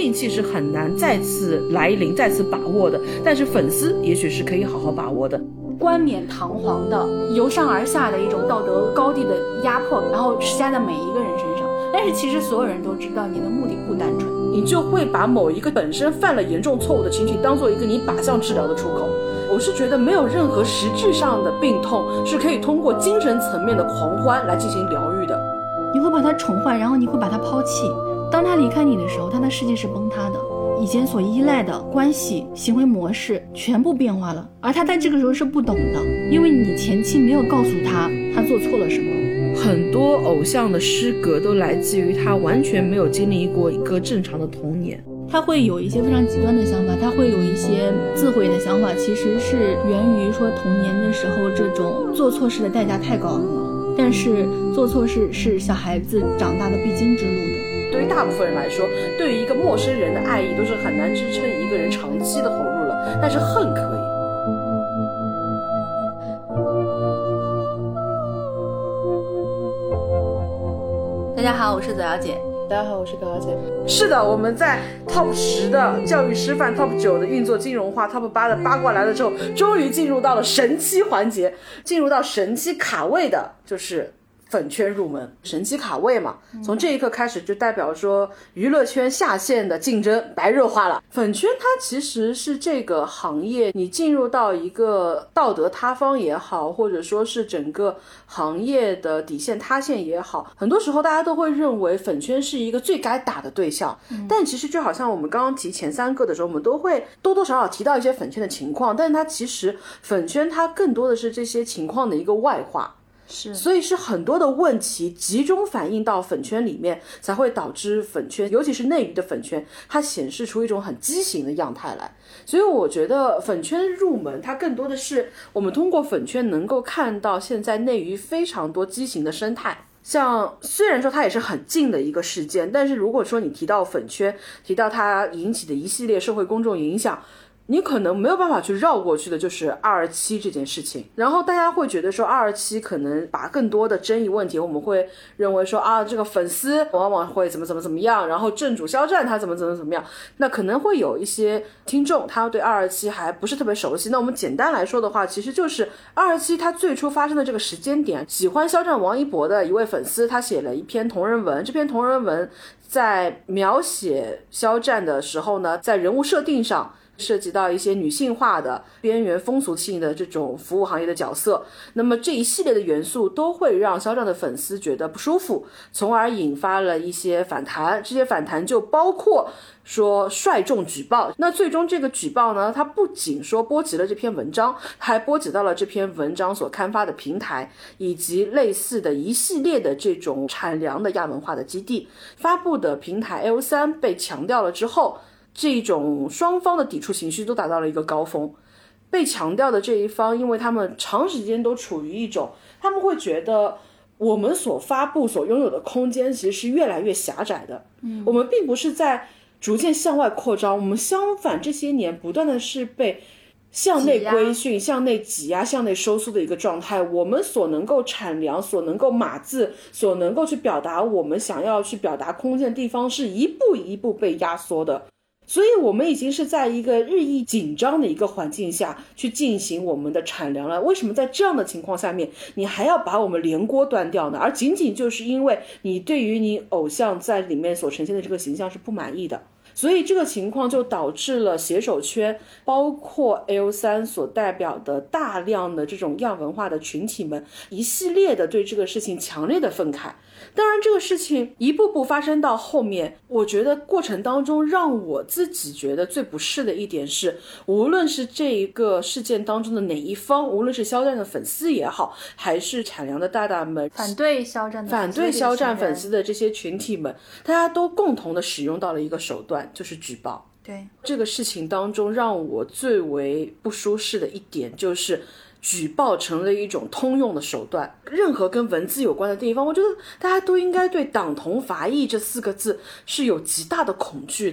运气是很难再次来临再次把握的，但是粉丝也许是可以好好把握的。 冠冕堂皇的由上而下的一种道德高地的压迫，然后施加在每一个人身上，但是其实所有人都知道你的目的不单纯， 你就会把某一个本身犯了严重错误的群体当做一个你靶向治疗的出口。我是觉得没有任何实质上的病痛是可以通过精神层面的狂欢来进行疗愈的。 你会把他宠坏，然后你会把他抛弃，当他离开你的时候，他的世界是崩塌的，以前所依赖的关系行为模式全部变化了，而他在这个时候是不懂的，因为你前期没有告诉他做错了什么。 很多偶像的失格都来自于他完全没有经历过一个正常的童年， 他会有一些非常极端的想法，他会有一些自毁的想法，其实是源于说童年的时候这种做错事的代价太高昂了，但是做错事是小孩子长大的必经之路的。 对于大部分人来说，对于一个陌生人的爱意都是很难支撑一个人长期的投入了，但是恨可以。 大家好，我是左瑶姐。 大家好，我是高瑶姐。是的，我们在 Top 10的教育师范， Top 9的运作金融化， Top 8的八卦来了之后，终于进入到了神期环节，进入到神期卡位的就是粉圈入门。神期卡位嘛，从这一刻开始就代表说娱乐圈下线的竞争白热化了。粉圈它其实是这个行业你进入到一个道德塌方也好，或者说是整个行业的底线塌陷也好，很多时候大家都会认为粉圈是一个最该打的对象，但其实就好像我们刚刚提前3个的时候，我们都会多多少少提到一些粉圈的情况，但是它其实粉圈它更多的是这些情况的一个外化，所以是很多的问题集中反映到粉圈里面，才会导致粉圈，尤其是内娱的粉圈，它显示出一种很畸形的样态来。所以我觉得粉圈入门它更多的是我们通过粉圈能够看到现在内娱非常多畸形的生态。像虽然说它也是很近的一个事件，但是如果说你提到粉圈，提到它引起的一系列社会公众影响，你可能没有办法去绕过去的就是227这件事情。然后大家会觉得说227可能把更多的争议问题，我们会认为说这个粉丝往往会怎么样，然后正主肖战他怎么样，那可能会有一些听众他对227还不是特别熟悉。那我们简单来说的话，其实就是227他最初发生的这个时间点，喜欢肖战王一博的一位粉丝，他写了一篇同人文，这篇同人文在描写肖战的时候呢，在人物设定上涉及到一些女性化的边缘风俗性的这种服务行业的角色，那么这一系列的元素都会让肖战的粉丝觉得不舒服，从而引发了一些反弹。这些反弹就包括说率众举报，那最终这个举报呢，它不仅说波及了这篇文章，还波及到了这篇文章所刊发的平台，以及类似的一系列的这种产粮的亚文化的基地。发布的平台 L3 被强调了之后，这种双方的抵触情绪都达到了一个高峰。被强调的这一方，因为他们长时间都处于一种，他们会觉得我们所发布所拥有的空间其实是越来越狭窄的，我们并不是在逐渐向外扩张，我们相反这些年不断的是被向内规训、向内挤压、向内收缩的一个状态。我们所能够产粮、所能够码字、所能够去表达我们想要去表达空间的地方，是一步一步被压缩的。所以我们已经是在一个日益紧张的一个环境下去进行我们的产粮了。为什么在这样的情况下面，你还要把我们连锅端掉呢？而仅仅就是因为你对于你偶像在里面所呈现的这个形象是不满意的。所以这个情况就导致了写手圈，包括 L3 所代表的大量的这种亚文化的群体们，一系列的对这个事情强烈的愤慨。当然这个事情一步步发生到后面，我觉得过程当中让我自己觉得最不适的一点是，无论是这一个事件当中的哪一方，无论是肖战的粉丝也好，还是产粮的大大们， 反对肖战粉丝的这些群体们，大家都共同的使用到了一个手段，就是举报。 对， 这个事情当中让我最为不舒适的一点就是举报成了一种通用的手段，任何跟文字有关的地方，我觉得大家都应该对党同伐异这4个字是有极大的恐惧的。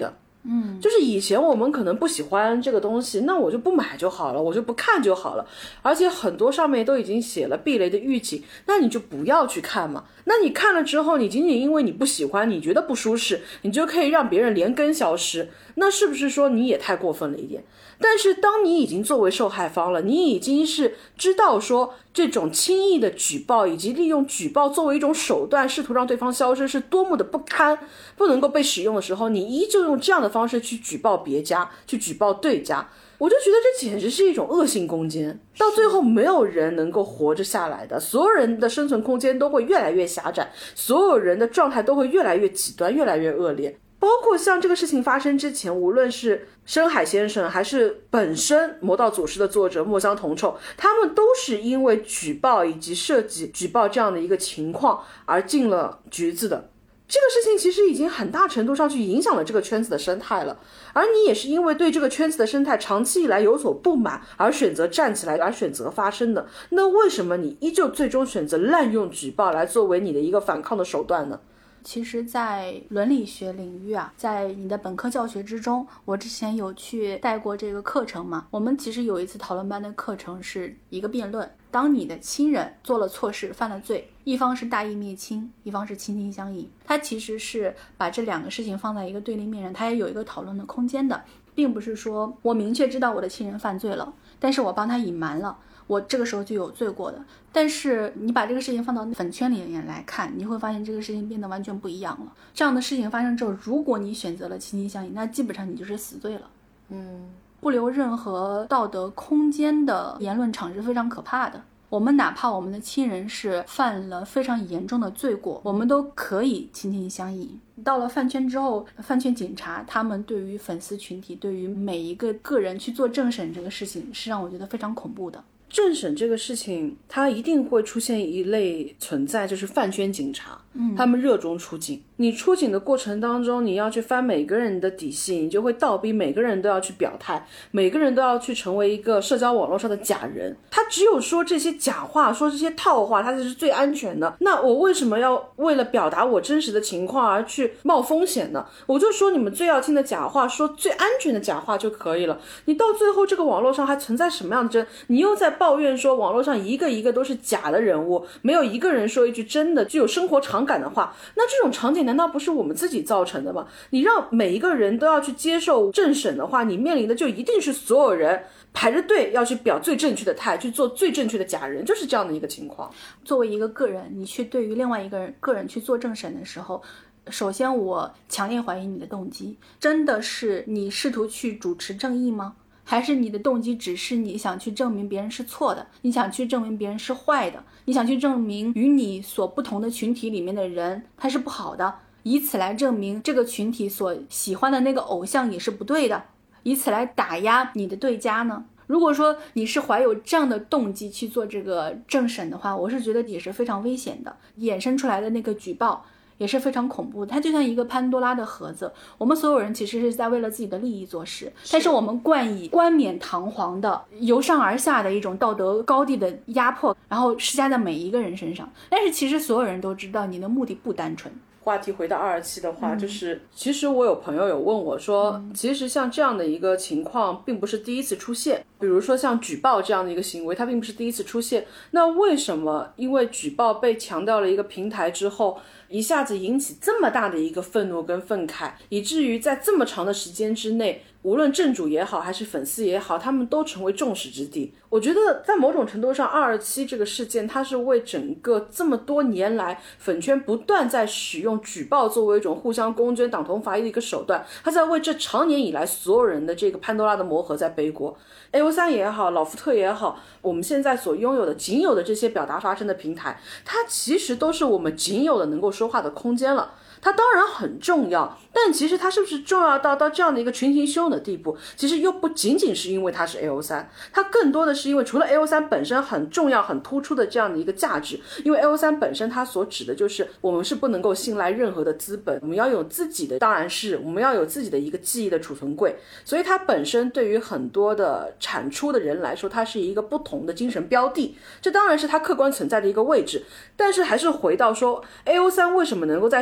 就是以前我们可能不喜欢这个东西，那我就不买就好了，我就不看就好了，而且很多上面都已经写了避雷的预警，那你就不要去看嘛。那你看了之后，你仅仅因为你不喜欢，你觉得不舒适，你就可以让别人连根消失，那是不是说你也太过分了一点？但是当你已经作为受害方了，你已经是知道说这种轻易的举报以及利用举报作为一种手段试图让对方消失是多么的不堪，不能够被使用的时候，你依旧用这样的方式去举报别家，去举报对家，我就觉得这简直是一种恶性攻坚，到最后没有人能够活着下来的，所有人的生存空间都会越来越狭窄，所有人的状态都会越来越极端，越来越恶劣。包括像这个事情发生之前，无论是深海先生还是本身魔道祖师的作者墨香铜臭，他们都是因为举报以及涉及举报这样的一个情况而进了局子的。这个事情其实已经很大程度上去影响了这个圈子的生态了，而你也是因为对这个圈子的生态长期以来有所不满而选择站起来，而选择发声的，那为什么你依旧最终选择滥用举报来作为你的一个反抗的手段呢？ 其实在伦理学领域啊，在你的本科教学之中，我之前有去带过这个课程嘛，我们其实有一次讨论班的课程是一个辩论，当你的亲人做了错事犯了罪，一方是大义灭亲，一方是亲亲相依，它其实是把这两个事情放在一个对立面上，它也有一个讨论的空间的，并不是说我明确知道我的亲人犯罪了，但是我帮他隐瞒了，我这个时候就有罪过的。但是你把这个事情放到粉圈里面来看，你会发现这个事情变得完全不一样了。这样的事情发生之后，如果你选择了亲亲相依，那基本上你就是死罪了。不留任何道德空间的言论场是非常可怕的。我们哪怕我们的亲人是犯了非常严重的罪过，我们都可以亲亲相依。到了饭圈之后，饭圈警察他们对于粉丝群体，对于每一个个人去做政审这个事情，是让我觉得非常恐怖的。 政审这个事情，它一定会出现一类存在，就是饭圈警察，他们热衷出警。你出警的过程当中，你要去翻每个人的底细，你就会倒逼每个人都要去表态，每个人都要去成为一个社交网络上的假人。他只有说这些假话，说这些套话，他才是最安全的。那我为什么要为了表达我真实的情况而去冒风险呢？我就说你们最要听的假话，说最安全的假话就可以了。你到最后这个网络上还存在什么样的真？你又在抱怨说网络上一个一个都是假的人物，没有一个人说一句真的具有生活场感的话，那这种场景难道不是我们自己造成的吗？你让每一个人都要去接受政审的话，你面临的就一定是所有人排着队要去表最正确的态，去做最正确的假人，就是这样的一个情况。 作为一个个人，你去对于另外一个个人去做政审的时候，首先我强烈怀疑你的动机，真的是你试图去主持正义吗？还是你的动机只是你想去证明别人是错的，你想去证明别人是坏的，你想去证明与你所不同的群体里面的人他是不好的，以此来证明这个群体所喜欢的那个偶像也是不对的，以此来打压你的对家呢？如果说你是怀有这样的动机去做这个政审的话，我是觉得也是非常危险的，衍生出来的那个举报也是非常恐怖的，它就像一个潘多拉的盒子，我们所有人其实是在为了自己的利益做事，但是我们冠以冠冕堂皇的由上而下的一种道德高地的压迫，然后施加在每一个人身上，但是其实所有人都知道你的目的不单纯。 话题回到227的话，就是其实我有朋友有问我说，其实像这样的一个情况并不是第一次出现，比如说像举报这样的一个行为，它并不是第一次出现，那为什么因为举报被强调了一个平台之后，一下子引起这么大的一个愤怒跟愤慨，以至于在这么长的时间之内，无论正主也好还是粉丝也好，他们都成为众矢之的。我觉得在某种程度上，227这个事件它是为整个这么多年来粉圈不断在使用举报作为一种互相攻坚党同伐异的一个手段，它在为这长年以来所有人的这个潘多拉的魔盒在背锅。AO3 也好，老福特也好，我们现在所拥有的仅有的这些表达发声的平台，它其实都是我们仅有的能够说话的空间了。它当然很重要，但其实它是不是重要到这样的一个群情汹涌的地步，其实又不仅仅是因为它是 AO3， 它更多的是因为除了 AO3 本身很重要很突出的这样的一个价值，因为 AO3 本身它所指的就是我们是不能够信赖任何的资本，我们要有自己的，当然是我们要有自己的一个记忆的储存柜，所以它本身对于很多的产出的人来说，它是一个不同的精神标的，这当然是它客观存在的一个位置。但是还是回到说 AO3 为什么能够在这个世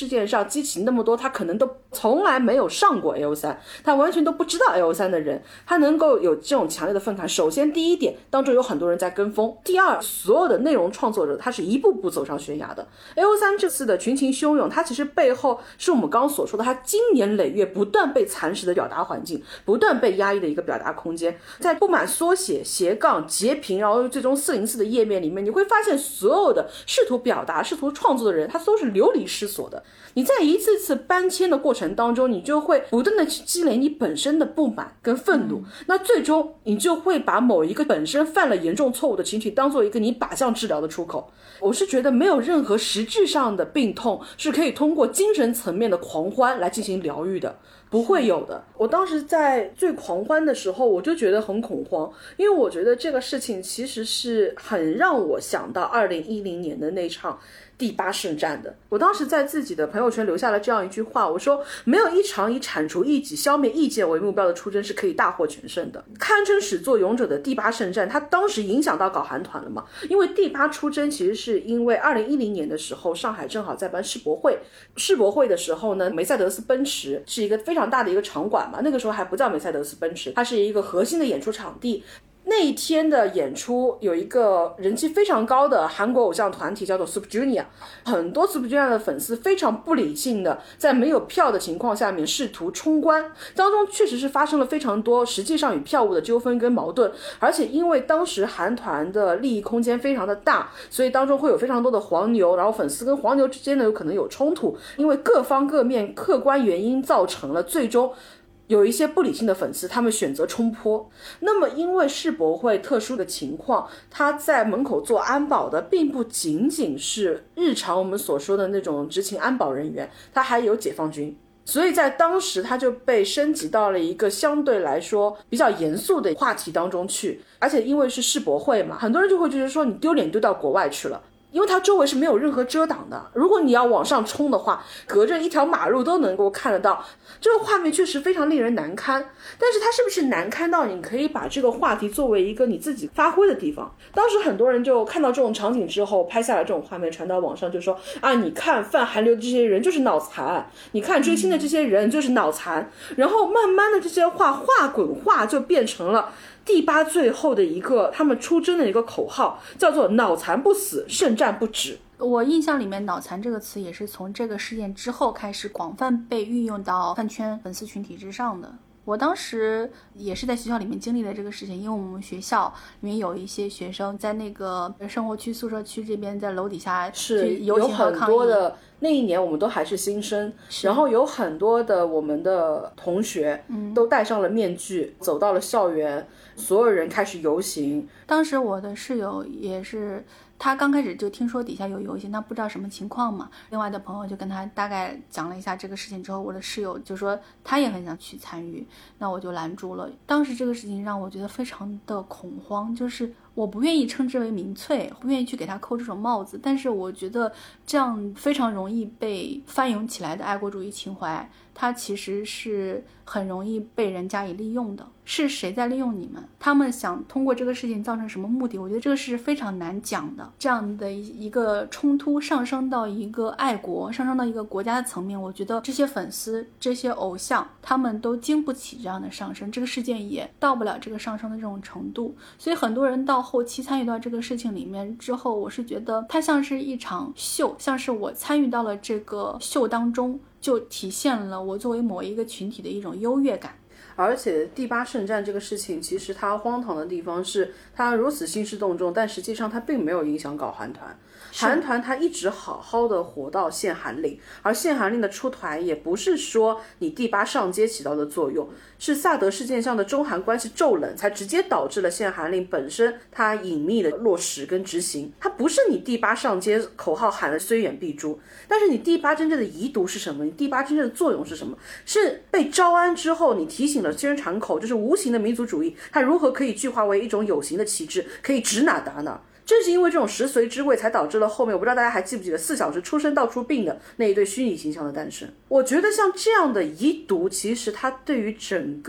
世界上激起那么多他可能都从来没有上过 AO3， 他完全都不知道 AO3 的人，他能够有这种强烈的愤慨。首先第一点，当中有很多人在跟风，第二，所有的内容创作者他是一步步走上悬崖的。 AO3 这次的群情汹涌，它其实背后是我们刚刚所说的，他经年累月不断被蚕食的表达环境，不断被压抑的一个表达空间。在布满缩写、斜杠、截屏，然后最终404的页面里面，你会发现所有的试图表达、试图创作的人，他都是流离失所的。你在一次次搬迁的过程当中，你就会不断的去积累你本身的不满跟愤怒，那最终你就会把某一个本身犯了严重错误的群体当做一个你靶向治疗的出口。我是觉得没有任何实质上的病痛是可以通过精神层面的狂欢来进行疗愈的，不会有的。我当时在最狂欢的时候，我就觉得很恐慌，因为我觉得这个事情其实是很让我想到2010年的那场第8圣战的。我当时在自己的朋友圈留下了这样一句话，我说没有一场以铲除异己、消灭异见为目标的出征是可以大获全胜的。堪称始作俑者的第8圣战，它当时影响到搞韩团了嘛？因为第8出征其实是因为2010年的时候，上海正好在办世博会，世博会的时候呢，梅赛德斯奔驰是一个非常大的一个场馆嘛，那个时候还不叫梅赛德斯奔驰，它是一个核心的演出场地。那一天的演出有一个人气非常高的韩国偶像团体叫做 Super Junior， 很多 Super Junior 的粉丝非常不理性的在没有票的情况下面试图冲关，当中确实是发生了非常多实际上与票务的纠纷跟矛盾，而且因为当时韩团的利益空间非常的大，所以当中会有非常多的黄牛，然后粉丝跟黄牛之间呢有可能有冲突，因为各方各面客观原因造成了最终有一些不理性的粉丝他们选择冲坡。那么因为世博会特殊的情况，他在门口做安保的并不仅仅是日常我们所说的那种执勤安保人员，他还有解放军，所以在当时他就被升级到了一个相对来说比较严肃的话题当中去。而且因为是世博会嘛，很多人就会觉得说你丢脸丢到国外去了，因为它周围是没有任何遮挡的，如果你要往上冲的话，隔着一条马路都能够看得到，这个画面确实非常令人难堪。但是它是不是难堪到你可以把这个话题作为一个你自己发挥的地方？当时很多人就看到这种场景之后，拍下了这种画面传到网上，就说啊，你看泛韩流的这些人就是脑残，你看追星的这些人就是脑残，然后慢慢的这些话话滚话就变成了第8最后的一个他们出征的一个口号，叫做脑残不死，圣战不止。 我印象里面脑残这个词也是从这个事件之后开始广泛被运用到饭圈粉丝群体之上的。我当时也是在学校里面经历了这个事情，因为我们学校里面有一些学生在那个生活区宿舍区这边在楼底下是有很多的，那一年我们都还是新生，然后有很多的我们的同学都戴上了面具，走到了校园，所有人开始游行。 当时我的室友也是，他刚开始就听说底下有游行，他不知道什么情况嘛，另外的朋友就跟他大概讲了一下这个事情之后，我的室友就说他也很想去参与，那我就拦住了。当时这个事情让我觉得非常的恐慌，就是我不愿意称之为民粹，不愿意去给他扣这种帽子，但是我觉得这样非常容易被翻涌起来的爱国主义情怀，它其实是很容易被人加以利用的。是谁在利用你们？他们想通过这个事情造成什么目的？我觉得这个是非常难讲的。这样的一个冲突上升到一个爱国，上升到一个国家的层面，我觉得这些粉丝、这些偶像，他们都经不起这样的上升，这个事件也到不了这个上升的这种程度。所以很多人到后期参与到这个事情里面之后，我是觉得它像是一场秀，像是我参与到了这个秀当中，就体现了我作为某一个群体的一种优越感。 而且第8圣战这个事情，其实它荒唐的地方是它如此兴师动众，但实际上它并没有影响搞韩团。韩团它一直好好的活到限韩令，而限韩令的出台也不是说你第8上街起到的作用，是萨德事件上的中韩关系骤冷才直接导致了限韩令本身它隐秘的落实跟执行。它不是你第8上街口号喊了虽远必诛，但是你第8真正的遗毒是什么？你第8真正的作用是什么？是被招安之后你提醒了宣传口，就是无形的民族主义它如何可以具化为一种有形的旗帜，可以指哪打哪。正是因为这种食髓知味，才导致了后面我不知道大家还记不记得4小时出生到处病的那一对虚拟形象的诞生。我觉得像这样的遗毒，其实它对于整个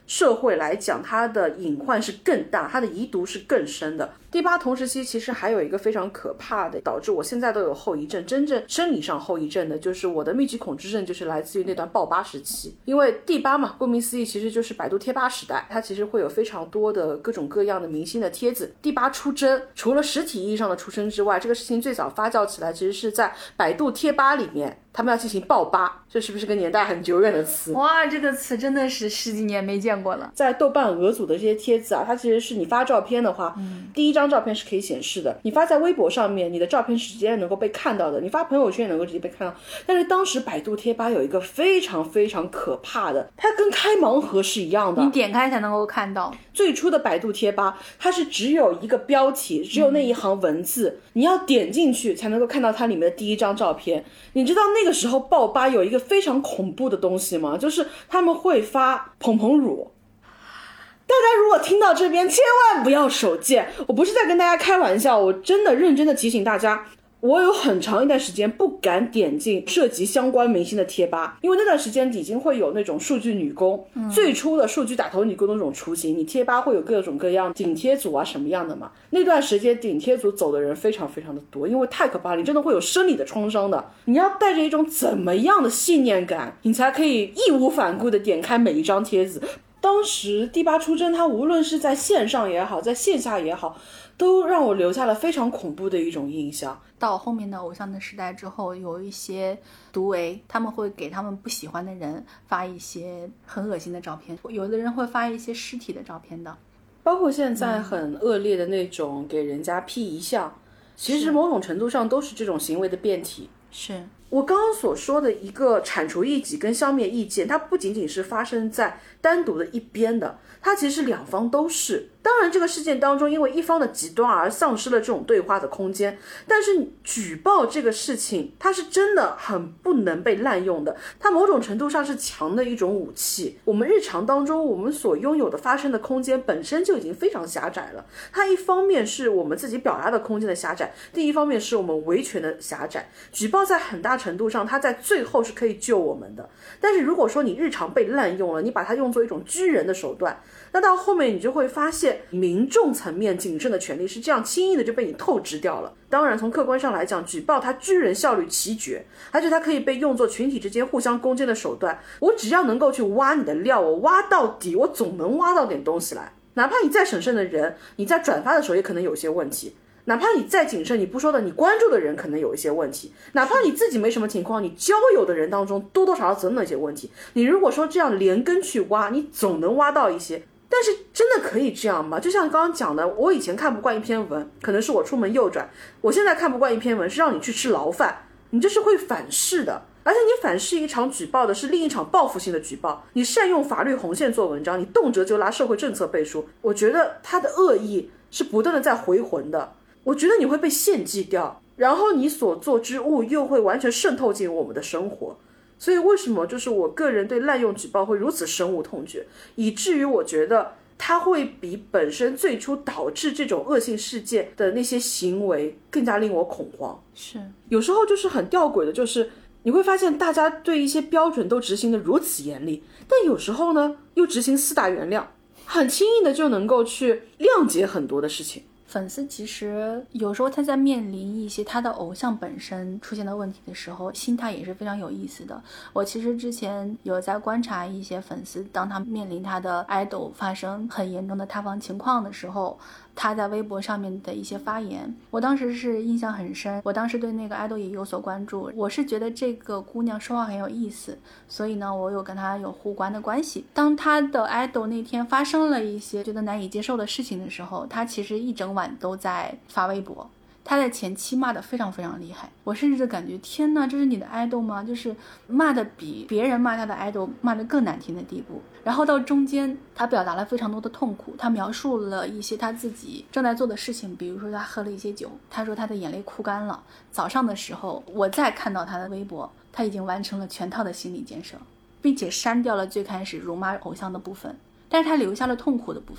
社会来讲，它的隐患是更大，它的遗毒是更深的。第8同时期其实还有一个非常可怕的，导致我现在都有后遗症，真正生理上后遗症的就是我的密集恐惧症，就是来自于那段爆吧时期。因为第8嘛，顾名思义其实就是百度贴吧时代，它其实会有非常多的各种各样的明星的帖子。第8出征，除了实体意义上的出征之外，这个事情最早发酵起来其实是在百度贴吧里面，他们要进行爆吧，这是不是个年代很久远的词？ 哇，这个词真的是10几年没见过了。 在豆瓣俄组的这些帖子啊，它其实是你发照片的话，第一张照片是可以显示的，你发在微博上面，你的照片是直接能够被看到的，你发朋友圈也能够直接被看到。但是当时百度贴吧有一个非常非常可怕的，它跟开盲盒是一样的， 你点开才能够看到。 最初的百度贴吧它是只有一个标题，只有那一行文字，你要点进去才能够看到它里面的第一张照片。你知道那个时候爆吧有一个非常恐怖的东西吗？就是他们会发捧捧乳。大家如果听到这边千万不要手贱，我不是在跟大家开玩笑，我真的认真的提醒大家，我有很长一段时间不敢点进涉及相关明星的贴吧，因为那段时间已经会有那种数据女工，最初的数据打头女工的那种雏形，你贴吧会有各种各样顶贴组啊什么样的嘛。那段时间顶贴组走的人非常非常的多，因为太可怕了，你真的会有生理的创伤的。你要带着一种怎么样的信念感，你才可以义无反顾的点开每一张帖子。当时第8出征它无论是在线上也好，在线下也好，都让我留下了非常恐怖的一种印象。 到后面的偶像的时代之后，有一些毒唯，他们会给他们不喜欢的人发一些很恶心的照片，有的人会发一些尸体的照片的， 包括现在很恶劣的那种给人家 P 遗像，其实某种程度上都是这种行为的变体。 是我刚刚所说的一个铲除异己跟消灭意见，它不仅仅是发生在单独的一边的，它其实两方都是。当然这个事件当中因为一方的极端而丧失了这种对话的空间，但是举报这个事情它是真的很不能被滥用的，它某种程度上是强的一种武器。我们日常当中我们所拥有的发生的空间本身就已经非常狭窄了，它一方面是我们自己表达的空间的狭窄，另一方面是我们维权的狭窄。举报在很大程度上它在最后是可以救我们的，但是如果说你日常被滥用了，你把它用作一种拘人的手段，那到后面你就会发现民众层面谨慎的权利是这样轻易的就被你透支掉了。当然从客观上来讲，举报它拘人效率奇绝，而且它可以被用作群体之间互相攻坚的手段。我只要能够去挖你的料，我挖到底，我总能挖到点东西来。哪怕你再审慎的人，你在转发的时候也可能有些问题，哪怕你再谨慎，你不说的，你关注的人可能有一些问题，哪怕你自己没什么情况，你交友的人当中多多少少总有一些问题。你如果说这样连根去挖，你总能挖到一些。但是真的可以这样吗？就像刚刚讲的，我以前看不惯一篇文，可能是我出门右转，我现在看不惯一篇文是让你去吃牢饭，你这是会反噬的。而且你反噬一场举报的是另一场报复性的举报，你善用法律红线做文章，你动辄就拉社会政策背书，我觉得它的恶意是不断的在回魂的。我觉得你会被献祭掉，然后你所做之物又会完全渗透进我们的生活。所以为什么就是我个人对滥用举报会如此深恶痛绝，以至于我觉得它会比本身最初导致这种恶性事件的那些行为更加令我恐慌。 是有时候就是很吊诡的，就是你会发现大家对一些标准都执行的如此严厉，但有时候呢又执行4大原谅，很轻易的就能够去谅解很多的事情。 粉丝其实有时候他在面临一些他的偶像本身出现的问题的时候，心态也是非常有意思的。我其实之前有在观察一些粉丝，当他面临他的 idol 发生很严重的塌房情况的时候，他在微博上面的一些发言，我当时是印象很深。我当时对那个 idol 也有所关注，我是觉得这个姑娘说话很有意思，所以呢我有跟她有互关的关系。当她的 idol 那天发生了一些觉得难以接受的事情的时候，她其实一整晚都在发微博，他在前期骂得非常非常厉害，我甚至感觉天哪，这是你的 idol 吗？就是骂得比别人骂他的 idol 骂得更难听的地步。然后到中间他表达了非常多的痛苦，他描述了一些他自己正在做的事情，比如说他喝了一些酒，他说他的眼泪哭干了。早上的时候我再看到他的微博，他已经完成了全套的心理建设，并且删掉了最开始辱骂偶像的部分，但是他留下了痛苦的部分。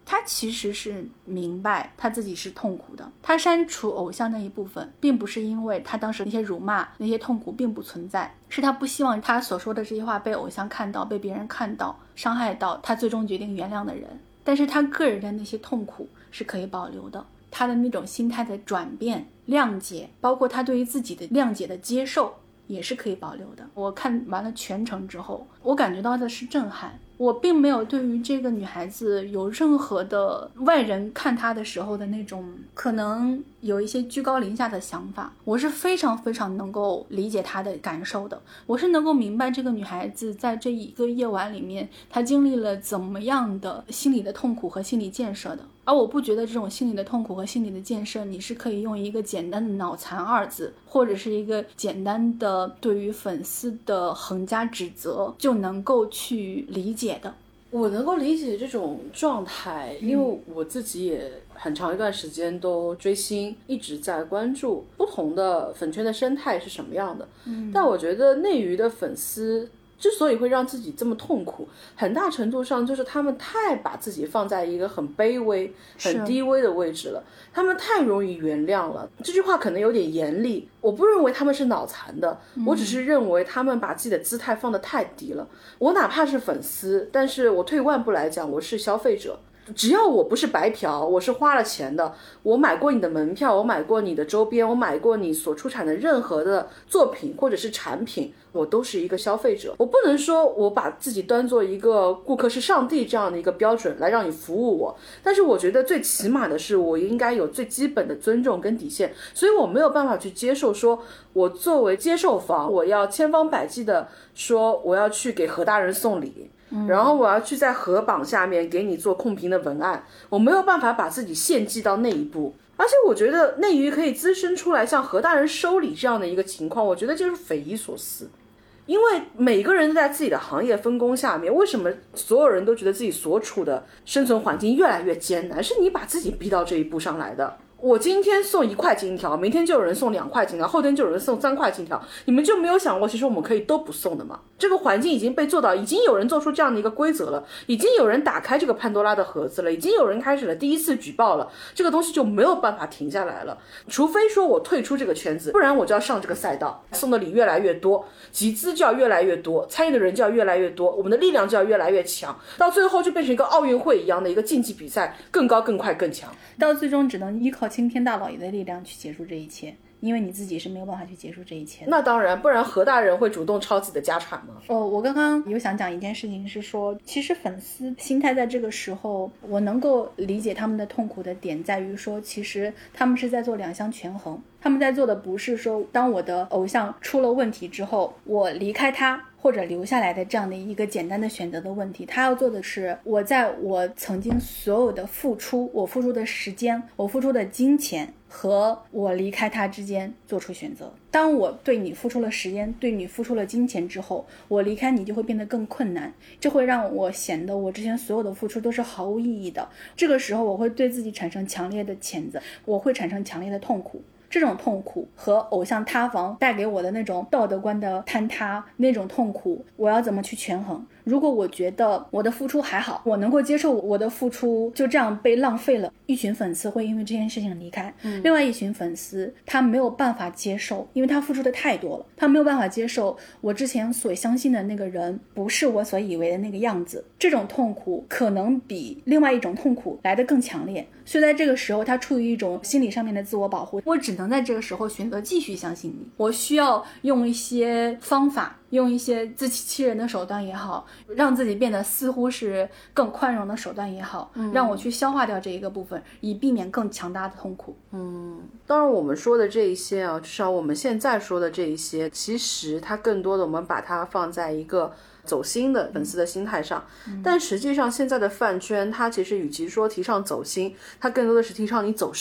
他其实是明白他自己是痛苦的，他删除偶像那一部分并不是因为他当时那些辱骂那些痛苦并不存在，是他不希望他所说的这些话被偶像看到，被别人看到，伤害到他最终决定原谅的人。但是他个人的那些痛苦是可以保留的，他的那种心态的转变、谅解，包括他对于自己的谅解的接受也是可以保留的。我看完了全程之后，我感觉到的是震撼，我并没有对于这个女孩子有任何的外人看她的时候的那种可能有一些居高临下的想法，我是非常非常能够理解她的感受的。我是能够明白这个女孩子在这一个夜晚里面她经历了怎么样的心理的痛苦和心理建设的。而我不觉得这种心理的痛苦和心理的建设你是可以用一个简单的脑残二字，或者是一个简单的对于粉丝的横加指责就能够去理解的。 我能够理解这种状态，因为我自己也很长一段时间都追星，一直在关注不同的粉圈的生态是什么样的。但我觉得内娱的粉丝之所以会让自己这么痛苦，很大程度上就是他们太把自己放在一个很卑微很低微的位置了，他们太容易原谅了。这句话可能有点严厉，我不认为他们是脑残的，我只是认为他们把自己的姿态放得太低了。我哪怕是粉丝，但是我退一万步来讲，我是消费者，只要我不是白嫖，我是花了钱的，我买过你的门票，我买过你的周边，我买过你所出产的任何的作品或者是产品，我都是一个消费者。我不能说我把自己端做一个顾客是上帝这样的一个标准来让你服务我，但是我觉得最起码的是我应该有最基本的尊重跟底线。所以我没有办法去接受说我作为接受方，我要千方百计的说我要去给何大人送礼，然后我要去在河榜下面给你做控评的文案，我没有办法把自己献祭到那一步。而且我觉得内娱可以滋生出来像何大人收礼这样的一个情况，我觉得就是匪夷所思。因为每个人都在自己的行业分工下面，为什么所有人都觉得自己所处的生存环境越来越艰难？是你把自己逼到这一步上来的。我今天送1块金条，明天就有人送2块金条，后天就有人送3块金条，你们就没有想过其实我们可以都不送的吗？这个环境已经被做到，已经有人做出这样的一个规则了，已经有人打开这个潘多拉的盒子了，已经有人开始了第一次举报了，这个东西就没有办法停下来了。除非说我退出这个圈子，不然我就要上这个赛道，送的礼越来越多，集资就要越来越多，参与的人就要越来越多，我们的力量就要越来越强，到最后就变成一个奥运会一样的一个竞技比赛，更高更快更强， 到最终只能依靠青天大老爷的力量去结束这一切，因为你自己是没有办法去结束这一切的。 那当然，不然何大人会主动抄自己的家产吗？ 我刚刚有想讲一件事情是说，其实粉丝心态在这个时候，我能够理解他们的痛苦的点在于说，其实他们是在做两相权衡，他们在做的不是说当我的偶像出了问题之后我离开他或者留下来的这样的一个简单的选择的问题，他要做的是我在我曾经所有的付出，我付出的时间，我付出的金钱和我离开他之间做出选择。当我对你付出了时间，对你付出了金钱之后，我离开你就会变得更困难，这会让我显得我之前所有的付出都是毫无意义的。这个时候我会对自己产生强烈的谴责，我会产生强烈的痛苦。这种痛苦和偶像塌房带给我的那种道德观的坍塌，那种痛苦我要怎么去权衡？如果我觉得我的付出还好，我能够接受我的付出就这样被浪费了，一群粉丝会因为这件事情离开，另外一群粉丝他没有办法接受，因为他付出的太多了，他没有办法接受我之前所相信的那个人不是我所以为的那个样子，这种痛苦可能比另外一种痛苦来得更强烈，所以在这个时候他处于一种心理上面的自我保护，我只能在这个时候选择继续相信你，我需要用一些方法，用一些自欺欺人的手段也好，让自己变得似乎是更宽容的手段也好，让我去消化掉这一个部分，以避免更强大的痛苦。 当然我们说的这一些啊，至少我们现在说的这一些，其实它更多的我们把它放在一个走心的粉丝的心态上，但实际上现在的饭圈它其实与其说提倡走心，它更多的是提倡你走肾。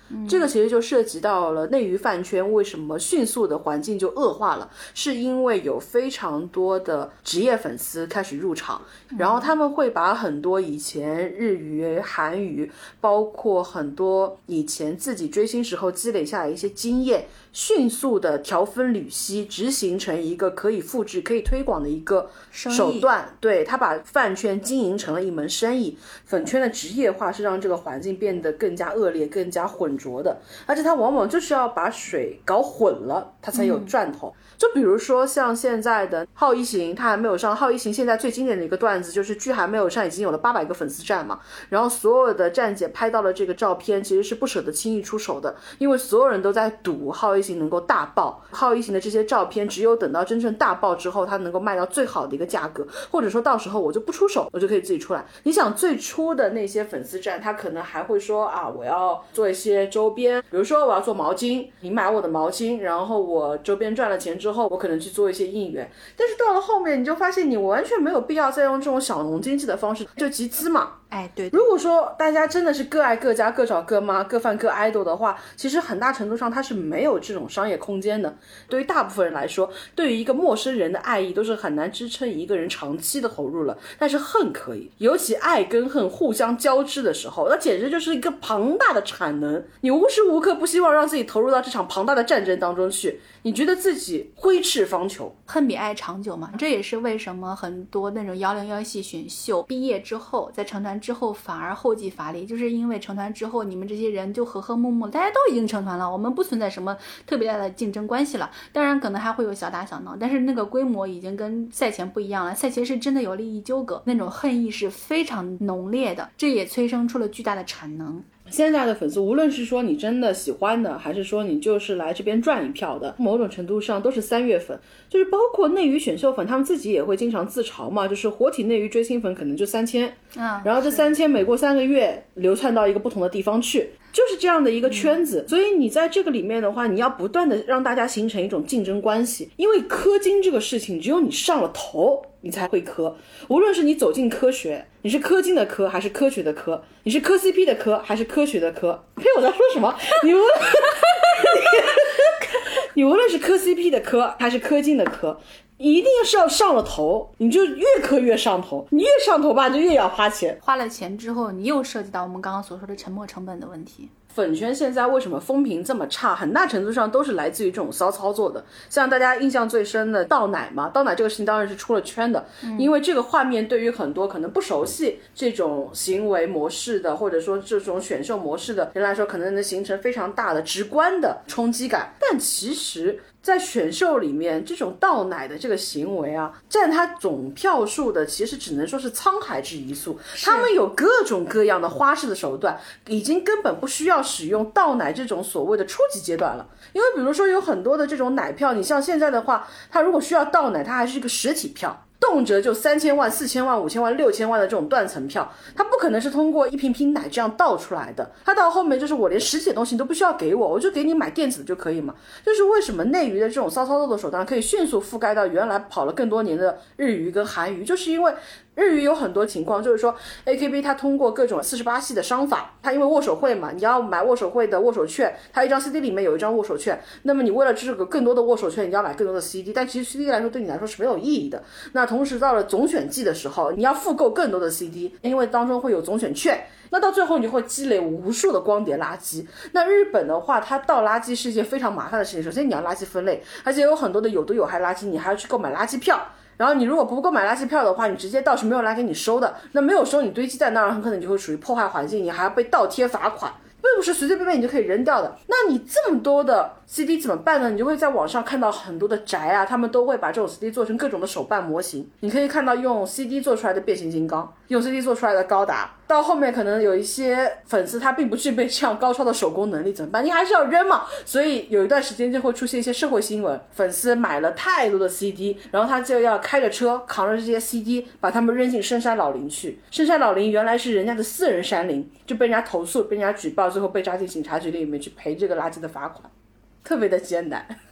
这个其实就涉及到了内娱饭圈为什么迅速的环境就恶化了，是因为有非常多的职业粉丝开始入场，然后他们会把很多以前日语、韩语，包括很多以前自己追星时候积累下来一些经验，迅速的条分缕析，执行成一个可以复制、可以推广的一个手段。对，他把饭圈经营成了一门生意，粉圈的职业化是让这个环境变得更加恶劣、更加混浊的，而且他往往就是要把水搞混了，他才有赚头。就比如说像现在的浩一行，他还没有上，浩一行现在最经典的一个段子就是剧还没有上已经有了800个粉丝站嘛，然后所有的站姐拍到了这个照片其实是不舍得轻易出手的，因为所有人都在赌浩一行能够大爆，浩一行的这些照片只有等到真正大爆之后，它能够卖到最好的一个价格，或者说到时候我就不出手，我就可以自己出来。你想最初的那些粉丝站，他可能还会说啊，我要做一些周边，比如说我要做毛巾，你买我的毛巾，然后我周边赚了钱之后，我可能去做一些应援。但是到了后面你就发现你完全没有必要再用这种小农经济的方式就集资嘛。 对， 如果说大家真的是各爱各家、各找各妈、各犯各 idol 的话，其实很大程度上它是没有这种商业空间的。对于大部分人来说，对于一个陌生人的爱意都是很难支撑一个人长期的投入了，但是恨可以，尤其爱跟恨互相交织的时候，那简直就是一个庞大的产能，你无时无刻不希望让自己投入到这场庞大的战争当中去，你觉得自己挥斥方遒， 恨比爱长久嘛。这也是为什么很多那种101系选秀毕业之后，在成团之后反而后继乏力，就是因为成团之后你们这些人就和和睦睦，大家都已经成团了，我们不存在什么特别大的竞争关系了，当然可能还会有小打小闹，但是那个规模已经跟赛前不一样了，赛前是真的有利益纠葛，那种恨意是非常浓烈的，这也催生出了巨大的产能。 现在的粉丝无论是说你真的喜欢的，还是说你就是来这边赚一票的，某种程度上都是3月粉，就是包括内娱选秀粉，他们自己也会经常自嘲嘛，就是活体内娱追星粉可能就3000，然后这3000每过3个月流窜到一个不同的地方去，就是这样的一个圈子。所以你在这个里面的话，你要不断的让大家形成一种竞争关系，因为氪金这个事情只有你上了头你才会氪，无论是你走进科学，你是氪金的氪还是科学的氪，你是磕 CP 的氪还是科学的氪，呸，我在说什么？你无论是磕 CP 的氪还是氪金的氪，一定是要上了头，你就越氪越上头，你越上头吧就越要花钱， 花了钱之后你又涉及到我们刚刚所说的沉没成本的问题。 粉圈现在为什么风评这么差，很大程度上都是来自于这种骚操作的。像大家印象最深的倒奶嘛，倒奶这个事情当然是出了圈的，因为这个画面对于很多可能不熟悉这种行为模式的，或者说这种选秀模式的人来说，可能能形成非常大的直观的冲击感。但其实在选秀里面，这种倒奶的这个行为啊，占它总票数的其实只能说是沧海之一粟，他们有各种各样的花式的手段，已经根本不需要使用倒奶这种所谓的初级阶段了。因为比如说有很多的这种奶票，你像现在的话，它如果需要倒奶，它还是一个实体票，动辄就3000万、4000万、5000万、6000万的这种断层票，它不可能是通过一瓶瓶奶这样倒出来的，它到后面就是我连实体的东西都不需要给我就给你买电子的就可以嘛。就是为什么内娱的这种骚操作的手段可以迅速覆盖到原来跑了更多年的日娱跟韩娱，就是因为日语有很多情况，就是说 AKB 它通过各种48系的商法，它因为握手会嘛，你要买握手会的握手券，它一张 CD 里面有一张握手券，那么你为了这个更多的握手券，你要买更多的 CD， 但其实 CD 来说对你来说是没有意义的。那同时到了总选季的时候，你要复购更多的 CD， 因为当中会有总选券，那到最后你就会积累无数的光碟垃圾。那日本的话，它倒垃圾是一件非常麻烦的事情，首先你要垃圾分类，而且有很多的有毒有害垃圾，你还要去购买垃圾票，然后你如果不购买垃圾票的话，你直接倒是没有来给你收的，那没有收你堆积在那儿，很可能你就会属于破坏环境，你还要被倒贴罚款，并不是随随便便你就可以扔掉的。那你这么多的 CD 怎么办呢？你就会在网上看到很多的宅啊，他们都会把这种 CD 做成各种的手办模型，你可以看到用 CD 做出来的变形金刚，用 CD 做出来的高达，到后面可能有一些粉丝他并不具备这样高超的手工能力，怎么办？你还是要扔嘛。所以有一段时间就会出现一些社会新闻，粉丝买了太多的 CD， 然后他就要开着车扛着这些 CD 把他们扔进深山老林去。深山老林原来是人家的私人山林，就被人家投诉，被人家举报，最后被抓进警察局里面去赔这个垃圾的罚款，特别的艰难。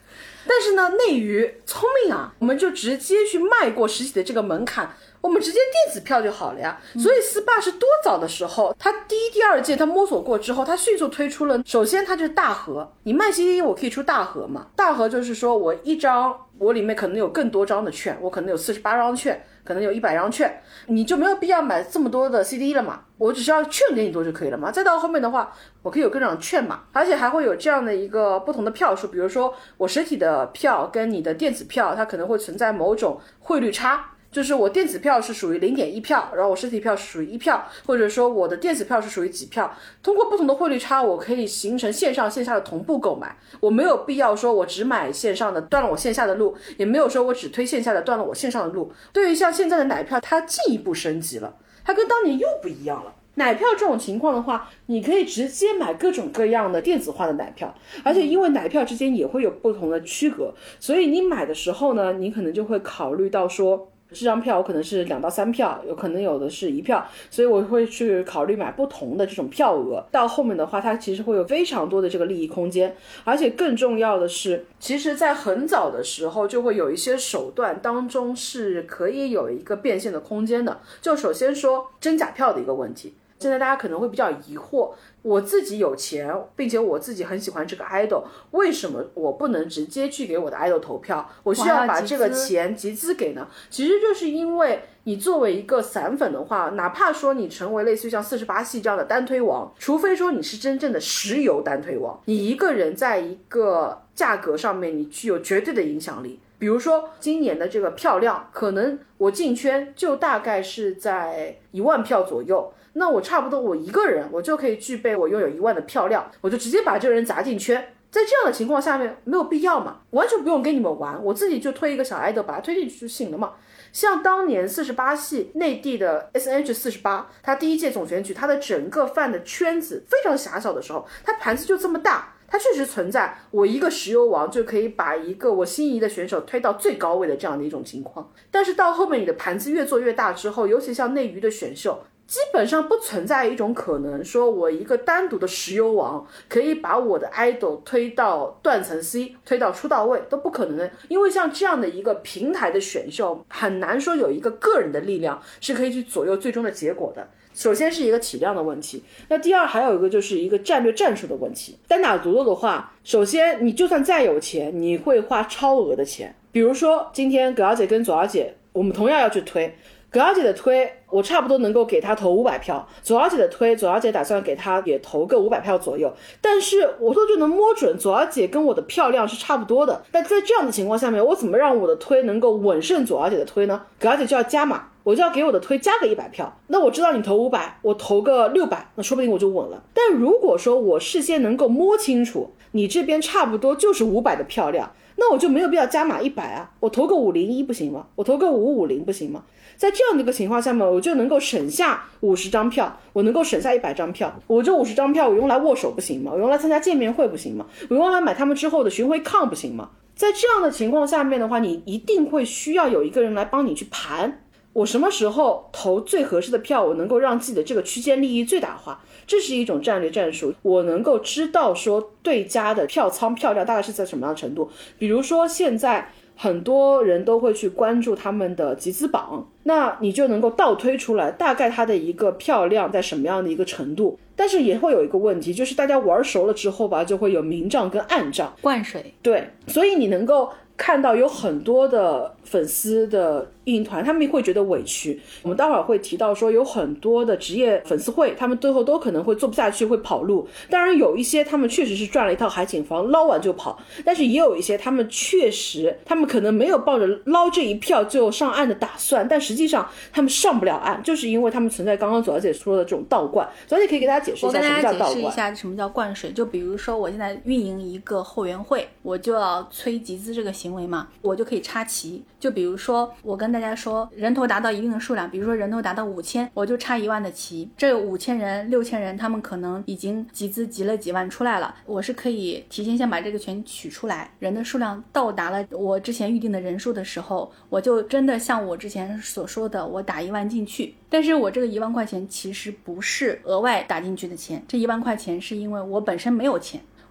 但是呢，内娱聪明啊，我们就直接去迈过实体的这个门槛，我们直接电子票就好了呀。所以SPA是多早的时候，它第一、第二届它摸索过之后，它迅速推出了。首先它就是大盒，你卖 CD 我可以出大盒嘛？大盒就是说我一张，我里面可能有更多张的券，我可能有48张券，可能有100张券，你就没有必要买这么多的 CD 了嘛，我只需要券给你多就可以了嘛。再到后面的话，我可以有各种券嘛，而且还会有这样的一个不同的票数，比如说我实体的票跟你的电子票，它可能会存在某种汇率差。就是我电子票是属于0.1票，然后我实体票是属于1票，或者说我的电子票是属于几票，通过不同的汇率差，我可以形成线上线下的同步购买。我没有必要说我只买线上的断了我线下的路，也没有说我只推线下的断了我线上的路。对于像现在的奶票，它进一步升级了，它跟当年又不一样了。奶票这种情况的话，你可以直接买各种各样的电子化的奶票，而且因为奶票之间也会有不同的区隔，所以你买的时候呢，你可能就会考虑到说这张票我可能是2到3票，有可能有的是1票，所以我会去考虑买不同的这种票额。到后面的话，它其实会有非常多的这个利益空间，而且更重要的是，其实在很早的时候就会有一些手段当中是可以有一个变现的空间的。就首先说真假票的一个问题，现在大家可能会比较疑惑，我自己有钱，并且我自己很喜欢这个 idol， 为什么我不能直接去给我的 idol 投票，我需要把这个钱集资给呢？其实就是因为你作为一个散粉的话，哪怕说你成为类似于像48系这样的单推王，除非说你是真正的石油单推王，你一个人在一个价格上面你具有绝对的影响力。比如说今年的这个票量，可能我进圈就大概是在1万票左右，那我差不多我一个人我就可以具备我拥有1万的票量，我就直接把这个人砸进圈。在这样的情况下面没有必要嘛，完全不用跟你们玩，我自己就推一个小idol把它推进去就行了嘛。像当年48系内地的 SNH48， 它第一届总选举，它的整个饭的圈子非常狭小的时候，它盘子就这么大，它确实存在我一个石油王就可以把一个我心仪的选手推到最高位的这样的一种情况。但是到后面你的盘子越做越大之后，尤其像内娱的选秀，基本上不存在一种可能说我一个单独的石油王可以把我的 idol 推到断层 C， 推到出道位，都不可能的。因为像这样的一个平台的选秀，很难说有一个个人的力量是可以去左右最终的结果的。首先是一个体量的问题，那第二还有一个就是一个战略战术的问题。单打独斗的话，首先你就算再有钱，你会花超额的钱。比如说今天葛小姐跟左小姐，我们同样要去推，葛小姐的推我差不多能够给她投500票，左小姐的推左小姐打算给她也投个500票左右，但是我就能摸准左小姐跟我的票量是差不多的。但在这样的情况下面，我怎么让我的推能够稳胜左小姐的推呢？葛小姐就要加码，我就要给我的推加个100票，那我知道你投500，我投个600，那说不定我就稳了。但如果说我事先能够摸清楚你这边差不多就是500的票量，那我就没有必要加码100啊，我投个501不行吗？我投个550不行吗？在这样的一个情况下面，我就能够省下50张票，我能够省下100张票，我这50张票我用来握手不行吗？我用来参加见面会不行吗？我用来买他们之后的巡回抗不行吗？在这样的情况下面的话，你一定会需要有一个人来帮你去盘，我什么时候投最合适的票，我能够让自己的这个区间利益最大化，这是一种战略战术。我能够知道说对家的票仓票量大概是在什么样的程度。比如说现在很多人都会去关注他们的集资榜，那你就能够倒推出来大概它的一个票量在什么样的一个程度。但是也会有一个问题，就是大家玩熟了之后吧，就会有明账跟暗账， 灌水。 对，所以你能够看到有很多的粉丝的运营团，他们会觉得委屈。我们待会儿会提到说有很多的职业粉丝会，他们最后都可能会做不下去，会跑路。当然有一些他们确实是赚了一套海景房，捞完就跑，但是也有一些他们确实他们可能没有抱着捞这一票就上岸的打算，但实际上他们上不了岸，就是因为他们存在刚刚左小姐说的这种倒灌。左小姐可以给大家解释一下什么叫倒灌。 我跟大家解释一下什么叫灌水。就比如说我现在运营一个后援会，我就要催集资这个行为嘛，我就可以插旗。就比如说我跟大家说人头达到一定的数量，比如说人头达到5000，我就插1万的旗。这5000人6000人他们可能已经集资集了几万出来了，我是可以提前先把这个钱取出来，人的数量到达了我之前预定的人数的时候，我就真的像我之前所说的，我打1万进去。但是我这个1万块钱其实不是额外打进去的钱，这1万块钱是因为我本身没有钱，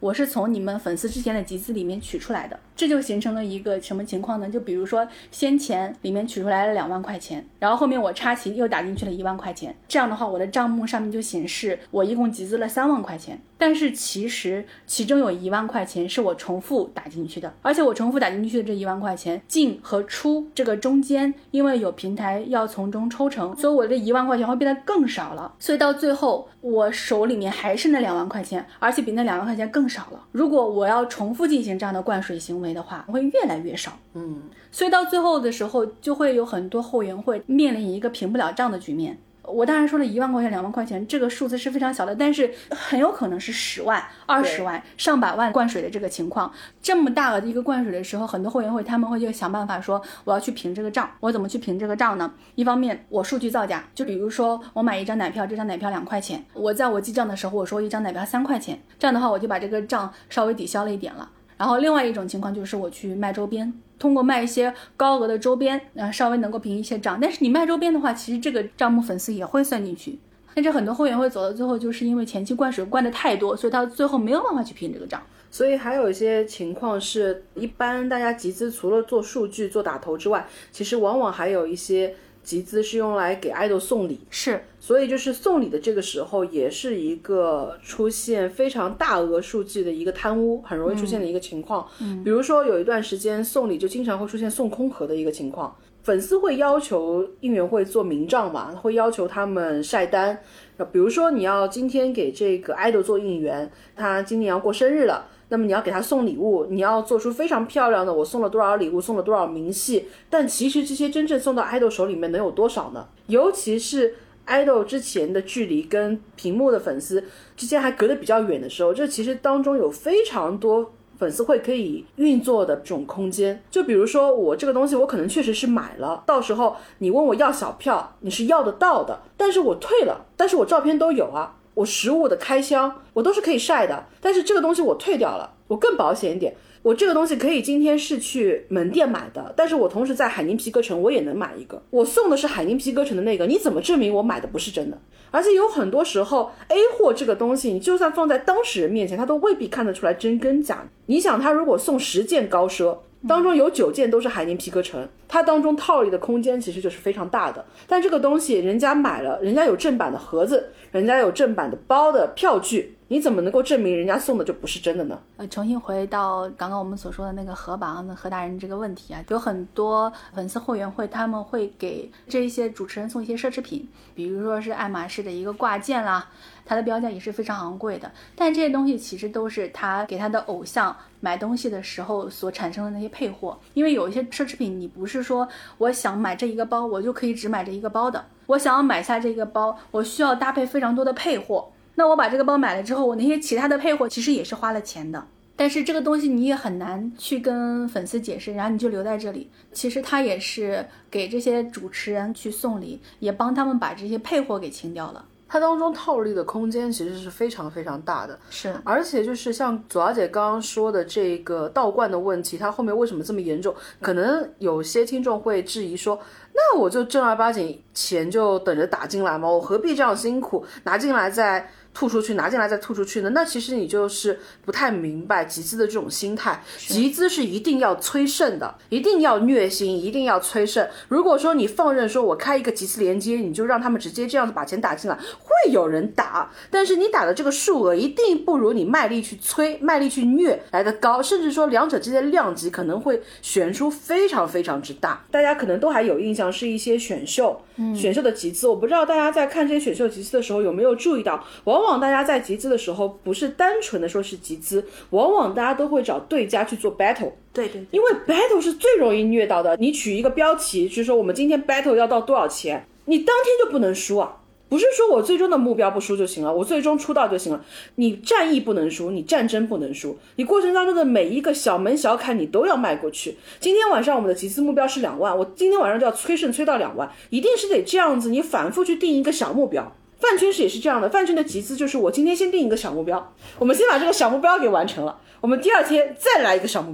我是从你们粉丝之前的集资里面取出来的，这就形成了一个什么情况呢？就比如说先前里面取出来了2万块钱，然后后面我插旗又打进去了1万块钱，这样的话我的账目上面就显示我一共集资了3万块钱，但是其实其中有1万块钱是我重复打进去的，而且我重复打进去的这1万块钱进和出这个中间，因为有平台要从中抽成，所以我这1万块钱会变得更少了，所以到最后我手里面还是那2万块钱，而且比那2万块钱更少了。如果我要重复进行这样的灌水行为的话，会越来越少。所以到最后的时候就会有很多后援会面临一个平不了账的局面。我当然说了1万块钱2万块钱这个数字是非常小的，但是很有可能是10万20万上百万灌水的这个情况。这么大额的一个灌水的时候，很多后援会他们会就想办法说我要去评这个账。我怎么去评这个账呢？一方面我数据造假，就比如说我买一张奶票，这张奶票2块钱，我在我记账的时候我说一张奶票3块钱，这样的话我就把这个账稍微抵消了一点了。然后另外一种情况就是我去卖周边，通过卖一些高额的周边稍微能够平一些账。但是你卖周边的话，其实这个账目粉丝也会算进去。但是很多后援会走到最后，就是因为前期灌水灌的太多，所以他最后没有办法去平这个账。 所以还有一些情况是，一般大家集资除了做数据做打头之外，其实往往还有一些集资是用来给 idol 送礼。 是， 所以就是送礼的这个时候也是一个出现非常大额数据的一个贪污很容易出现的一个情况。比如说有一段时间送礼就经常会出现送空盒的一个情况，粉丝会要求应援会做明账嘛，会要求他们晒单，比如说你要今天给这个 idol 做应援，他今年要过生日了，那么你要给他送礼物，你要做出非常漂亮的我送了多少礼物，送了多少明细，但其实这些真正送到 idol 手里面能有多少呢？尤其是 idol 之前的距离跟屏幕的粉丝之间还隔得比较远的时候，这其实当中有非常多粉丝会可以运作的这种空间。就比如说我这个东西我可能确实是买了，到时候你问我要小票你是要得到的，但是我退了，但是我照片都有啊，我食物的开箱我都是可以晒的，但是这个东西我退掉了，我更保险一点，我这个东西可以今天是去门店买的，但是我同时在海宁皮革城我也能买一个，我送的是海宁皮革城的那个，你怎么证明我买的不是真的？而且有很多时候 A 货这个东西你就算放在当事人面前他都未必看得出来真跟假。你想他如果送10件高奢，当中有9件都是海宁皮革城，它当中套利的空间其实就是非常大的。但这个东西人家买了，人家有正版的盒子，人家有正版的包的票据，你怎么能够证明人家送的就不是真的呢？ 重新回到刚刚我们所说的那个河榜的何大人这个问题啊，有很多粉丝后援会他们会给这些主持人送一些奢侈品，比如说是爱马仕的一个挂件啦，它的标价也是非常昂贵的，但这些东西其实都是他给他的偶像买东西的时候所产生的那些配货。因为有一些奢侈品你不是说我想买这一个包我就可以只买这一个包的，我想要买下这个包我需要搭配非常多的配货，那我把这个包买了之后，我那些其他的配货其实也是花了钱的，但是这个东西你也很难去跟粉丝解释，然后你就留在这里。其实他也是给这些主持人去送礼，也帮他们把这些配货给清掉了。 它当中套利的空间其实是非常非常大的， 是， 而且就是像左小姐刚刚说的这个倒灌的问题，它后面为什么这么严重？可能有些听众会质疑说，那我就正儿八经钱就等着打进来嘛，我何必这样辛苦拿进来再吐出去，拿进来再吐出去呢？那其实你就是不太明白集资的这种心态。集资是一定要催胜的，一定要虐心，一定要催胜。如果说你放任说我开一个集资连接，你就让他们直接这样子把钱打进来，会有人打，但是你打的这个数额一定不如你卖力去催卖力去虐来的高，甚至说两者之间的量级可能会悬殊非常非常之大。大家可能都还有印象是一些选秀的集资，我不知道大家在看这些选秀集资的时候有没有注意到，往往大家在集资的时候不是单纯的说是集资，往往大家都会找对家去做 battle。 对对， 因为 battle 是最容易虐到的。你取一个标题就是说我们今天 battle 要到多少钱，你当天就不能输啊，不是说我最终的目标不输就行了，我最终出道就行了，你战役不能输，你战争不能输，你过程当中的每一个小门小坎你都要迈过去。今天晚上我们的集资目标是2万，我今天晚上就要催胜催到2万，一定是得这样子，你反复去定一个小目标。饭圈是也是这样的，饭圈的集资就是我今天先定一个小目标，我们先把这个小目标给完成了，我们第二天再来一个小目标，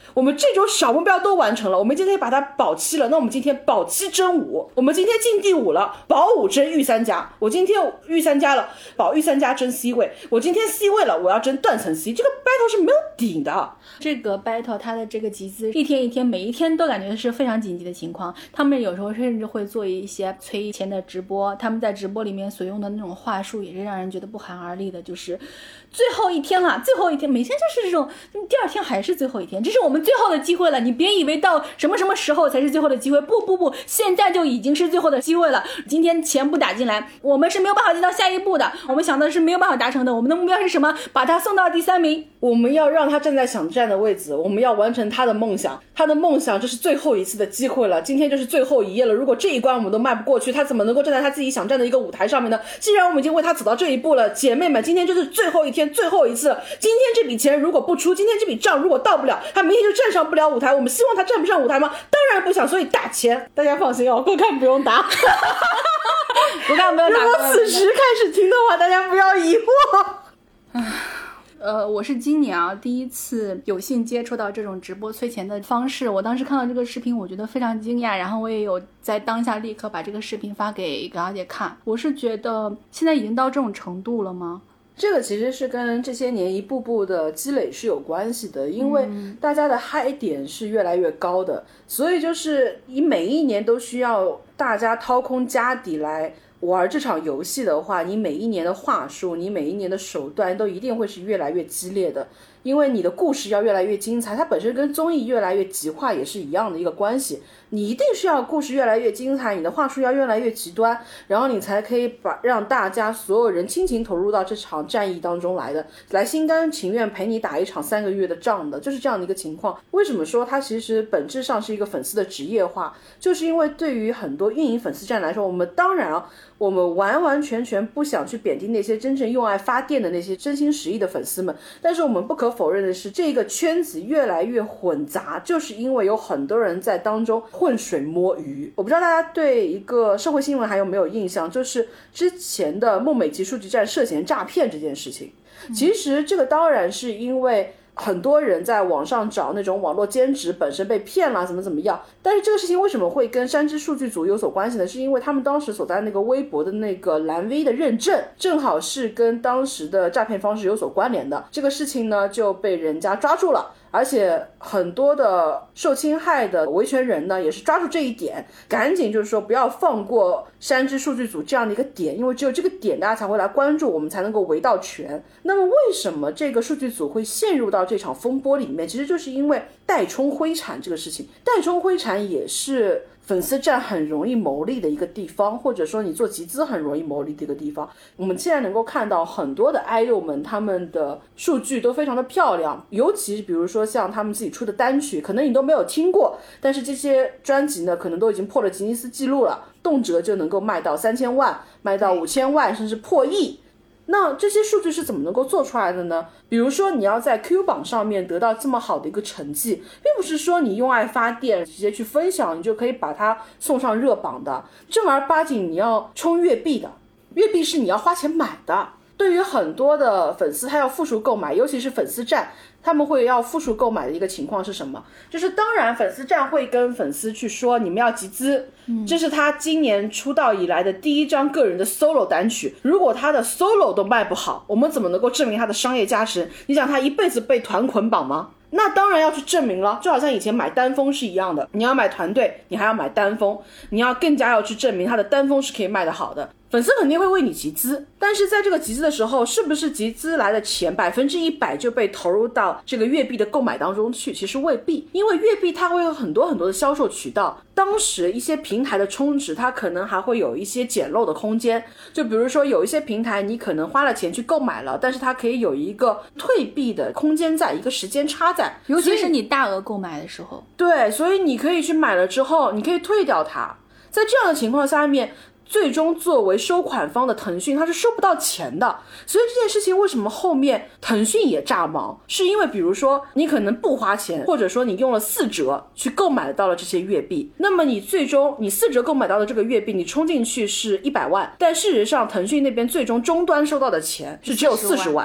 我们这种小目标都完成了，我们今天把它保7了，那我们今天保7争5，我们今天进第5了，保5争御3家，我今天御3家了，保御3家争 C 位，我今天 C 位了，我要争断层 C， 这个 battle 是没有顶的。 这个 battle 它的这个集资一天一天，每一天都感觉是非常紧急的情况，他们有时候甚至会做一些催钱的直播，他们在直播里面所用的那种话术也是让人觉得不寒而栗的，就是最后一天了，最后一天，每天就是这种，第二天还是最后一天，这是我们最后的机会了，你别以为到什么什么时候才是最后的机会，不，现在就已经是最后的机会了。今天钱不打进来，我们是没有办法进到下一步的，我们想的是没有办法达成的，我们的目标是什么？把他送到第3名， 我们要让他站在想站的位置，我们要完成他的梦想，他的梦想这是最后一次的机会了，今天就是最后一页了，如果这一关我们都迈不过去，他怎么能够站在他自己想站的一个舞台上面呢？既然我们已经为他走到这一步了，姐妹们，今天就是最后一天，最后一次，今天这笔钱如果不出，今天这笔账如果到不了，他明天就站上不了舞台，我们希望他站不上舞台吗？当然不想，所以打钱，大家放心哦，观看不用打不看不用打。 如果此时开始听的话，大家不要疑惑。 我是今年第一次有幸接触到这种直播催钱的方式，我当时看到这个视频我觉得非常惊讶，然后我也有在当下立刻把这个视频发给阿姐看。我是觉得现在已经到这种程度了吗？ 这个其实是跟这些年一步步的积累是有关系的，因为大家的嗨点是越来越高的，所以就是你每一年都需要大家掏空家底来玩这场游戏的话，你每一年的话术，你每一年的手段都一定会是越来越激烈的，因为你的故事要越来越精彩，它本身跟综艺越来越极化也是一样的一个关系，你一定是要故事越来越精彩，你的话术要越来越极端，然后你才可以让大家所有人倾情投入到这场战役当中来的，来心甘情愿陪你打一场3个月的仗的，就是这样的一个情况。为什么说它其实本质上是一个粉丝的职业化，就是因为对于很多运营粉丝站来说，我们当然我们完完全全不想去贬低那些真正用爱发电的那些真心实意的粉丝们，但是我们不可否认的是，这个圈子越来越混杂，就是因为有很多人在当中浑水摸鱼。我不知道大家对一个社会新闻还有没有印象，就是之前的孟美岐数据站涉嫌诈骗这件事情。其实这个当然是因为很多人在网上找那种网络兼职本身被骗了怎么样，但是这个事情为什么会跟山知数据组有所关系呢？是因为他们当时所在那个微博的那个蓝 V 的认证正好是跟当时的诈骗方式有所关联的，这个事情呢就被人家抓住了，而且很多的受侵害的维权人呢也是抓住这一点，赶紧就是说不要放过山知数据组这样的一个点，因为只有这个点大家才会来关注，我们才能够围到全。那么为什么这个数据组会陷入到这场风波里面，其实就是因为代充灰产这个事情。代充灰产也是粉丝站很容易牟利的一个地方，或者说你做集资很容易牟利的一个地方。我们现在能够看到很多的 idol 们他们的数据都非常的漂亮，尤其比如说像他们自己出的单曲可能你都没有听过，但是这些专辑呢可能都已经破了吉尼斯纪录了，动辄就能够卖到3000万，卖到5000万，甚至破亿。那这些数据是怎么能够做出来的呢？比如说你要在 Q 榜上面得到这么好的一个成绩，并不是说你用爱发电直接去分享你就可以把它送上热榜的，正儿八经你要冲月币的，月币是你要花钱买的。对于很多的粉丝他要复数购买，尤其是粉丝站他们会要复数购买的一个情况是什么？就是当然粉丝站会跟粉丝去说你们要集资，这是他今年出道以来的第一张个人的 solo 单曲，如果他的 solo 都卖不好，我们怎么能够证明他的商业价值？你想他一辈子被团捆绑吗？那当然要去证明了，就好像以前买单峰是一样的，你要买团队你还要买单峰，你要更加要去证明他的单峰是可以卖得好的。粉丝肯定会为你集资，但是在这个集资的时候，是不是集资来的钱100%就被投入到这个月币的购买当中去？其实未必，因为月币它会有很多的销售渠道，当时一些平台的充值它可能还会有一些捡漏的空间，就比如说有一些平台你可能花了钱去购买了，但是它可以有一个退币的空间在，一个时间差在， 尤其是你大额购买的时候。 对，所以你可以去买了之后你可以退掉它。在这样的情况下面，最终作为收款方的腾讯它是收不到钱的，所以这件事情为什么后面腾讯也炸毛，是因为比如说你可能不花钱，或者说你用了4折去购买到了这些月币，那么你最终你4折购买到的这个月币你冲进去是100万，但事实上腾讯那边最终终端收到的钱是只有40万。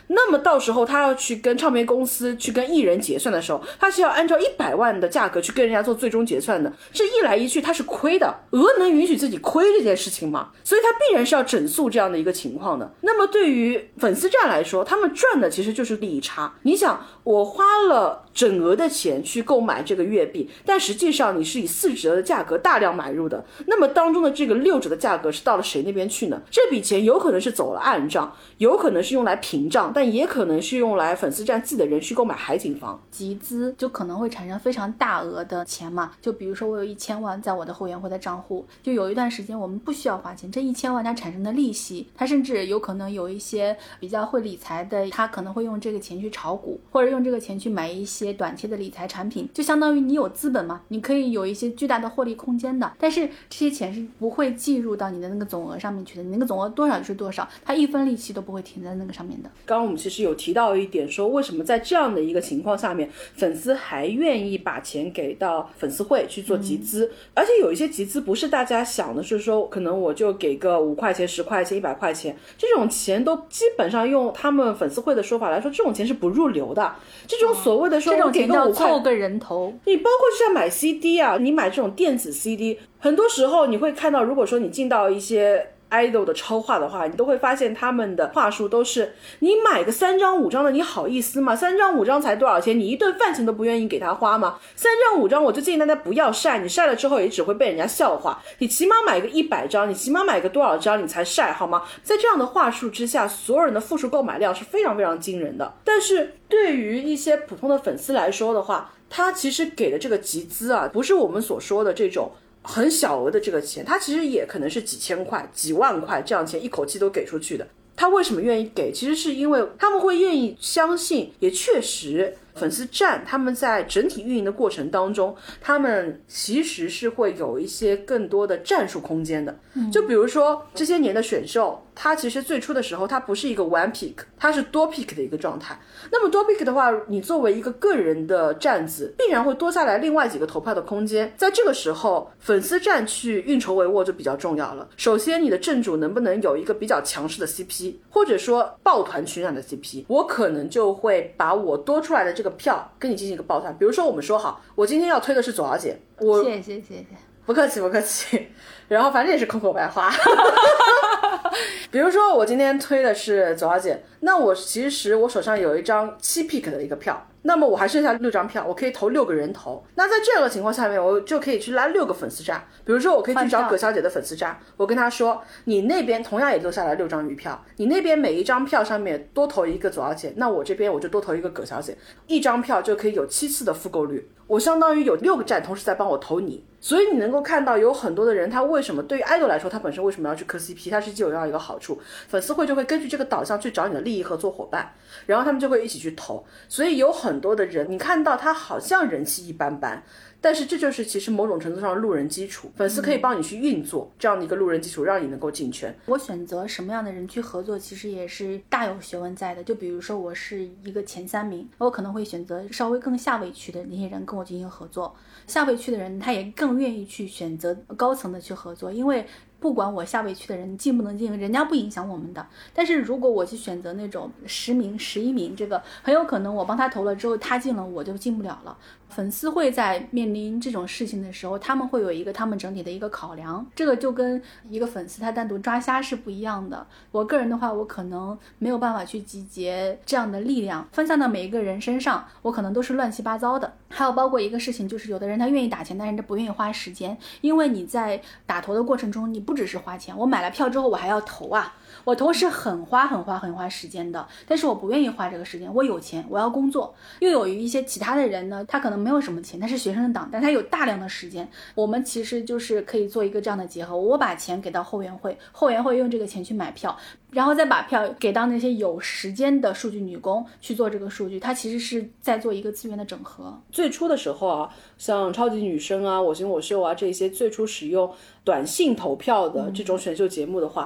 那么到时候他要去跟唱片公司去跟艺人结算的时候，他是要按照100万的价格去跟人家做最终结算的，这一来一去他是亏的，鹅能允许自己亏这件事情吗？所以他必然是要整肃这样的一个情况的。那么对于粉丝站来说，他们赚的其实就是利益差。你想，我花了整额的钱去购买这个月币，但实际上你是以4折的价格大量买入的，那么当中的这个6折的价格是到了谁那边去呢？这笔钱有可能是走了暗账，有可能是用来平账，但也可能是用来粉丝站自己的人去购买海景房。 集资就可能会产生非常大额的钱嘛，就比如说我有1000万在我的后援会的账户，就有一段时间我们不需要花钱，这1000万它产生的利息，它甚至有可能有一些比较会理财的，他可能会用这个钱去炒股，或者用这个钱去买一些短期的理财产品，就相当于你有资本嘛，你可以有一些巨大的获利空间的。但是这些钱是不会计入到你的那个总额上面去的，你那个总额多少就是多少，它1分利息都不会停在那个上面的。 刚刚我们其实有提到一点，说为什么在这样的一个情况下面，粉丝还愿意把钱给到粉丝会去做集资，而且有一些集资不是大家想的是说可能我就给个5块钱10块钱100块钱，这种钱都基本上用他们粉丝会的说法来说，这种钱是不入流的。这种所谓的说我给个5块， 凑个人头， 你包括就像买 CD 啊，你买这种电子 CD， 很多时候你会看到，如果说你进到一些idol 的超话的话，你都会发现他们的话术都是你买个3张5张的你好意思吗？3张5张才多少钱？你一顿饭钱都不愿意给他花吗？3张5张我就建议大家不要晒，你晒了之后也只会被人家笑话，你起码买个100张，你起码买个多少张你才晒好吗？在这样的话术之下，所有人的复数购买量是非常非常惊人的。但是对于一些普通的粉丝来说的话，他其实给的这个集资啊，不是我们所说的这种很小额的这个钱，他其实也可能是几千块几万块这样钱一口气都给出去的。他为什么愿意给？其实是因为他们会愿意相信，也确实粉丝站他们在整体运营的过程当中，他们其实是会有一些更多的战术空间的。就比如说这些年的选秀，它其实最初的时候它不是一个 one pick， 它是多 pick 的一个状态。那么多 pick 的话，你作为一个个人的站子，必然会多下来另外几个投票的空间。在这个时候，粉丝站去运筹帷幄就比较重要了。首先你的正主能不能有一个比较强势的 CP， 或者说抱团取暖的 CP， 我可能就会把我多出来的这个票跟你进行一个抱团。比如说我们说好，我今天要推的是左小姐，我谢谢， 不客气不客气，然后反正也是空口白话比如说我今天推的是左小姐，那我其实我手上有一张7 pick 的一个票，那么我还剩下6张票，我可以投6个人头。那在这个情况下面，我就可以去拉6个粉丝站。比如说我可以去找葛小姐的粉丝站，我跟她说，你那边同样也留下来6张余票，你那边每一张票上面多投一个左小姐，那我这边我就多投一个葛小姐，1张票就可以有7次的复购率，我相当于有6个站同时在帮我投你。所以你能够看到有很多的人，他为什么对于 idol 来说，他本身为什么要去磕 CP， 他是就有这样一个好处，粉丝会就会根据这个导向去找你的利益合作伙伴，然后他们就会一起去投。所以有很多的人，你看到他好像人气一般般，但是这就是其实某种程度上的路人基础，粉丝可以帮你去运作这样的一个路人基础，让你能够进圈。 我选择什么样的人去合作，其实也是大有学问在的。就比如说我是一个前3名，我可能会选择稍微更下位区的那些人跟我进行合作，下位区的人他也更愿意去选择高层的去合作，因为不管我下位区的人进不能进，人家不影响我们的。但是如果我去选择那种10名11名，这个很有可能我帮他投了之后他进了我就进不了了。粉丝会在面临这种事情的时候，他们会有一个他们整体的一个考量，这个就跟一个粉丝他单独抓瞎是不一样的。我个人的话，我可能没有办法去集结这样的力量分散到每一个人身上，我可能都是乱七八糟的。还有包括一个事情，就是有的人他愿意打钱，但是他不愿意花时间，因为你在打投的过程中，你不只是花钱，我买了票之后我还要投啊，我投是很花时间的，但是我不愿意花这个时间，我有钱，我要工作。又有一些其他的人呢，他可能没有什么钱，他是学生党，但他有大量的时间，我们其实就是可以做一个这样的结合，我把钱给到后援会，后援会用这个钱去买票，然后再把票给到那些有时间的数据女工去做这个数据，它其实是在做一个资源的整合。 最初的时候啊，像超级女声啊、我行我秀啊这些最初使用短信投票的这种选秀节目的话，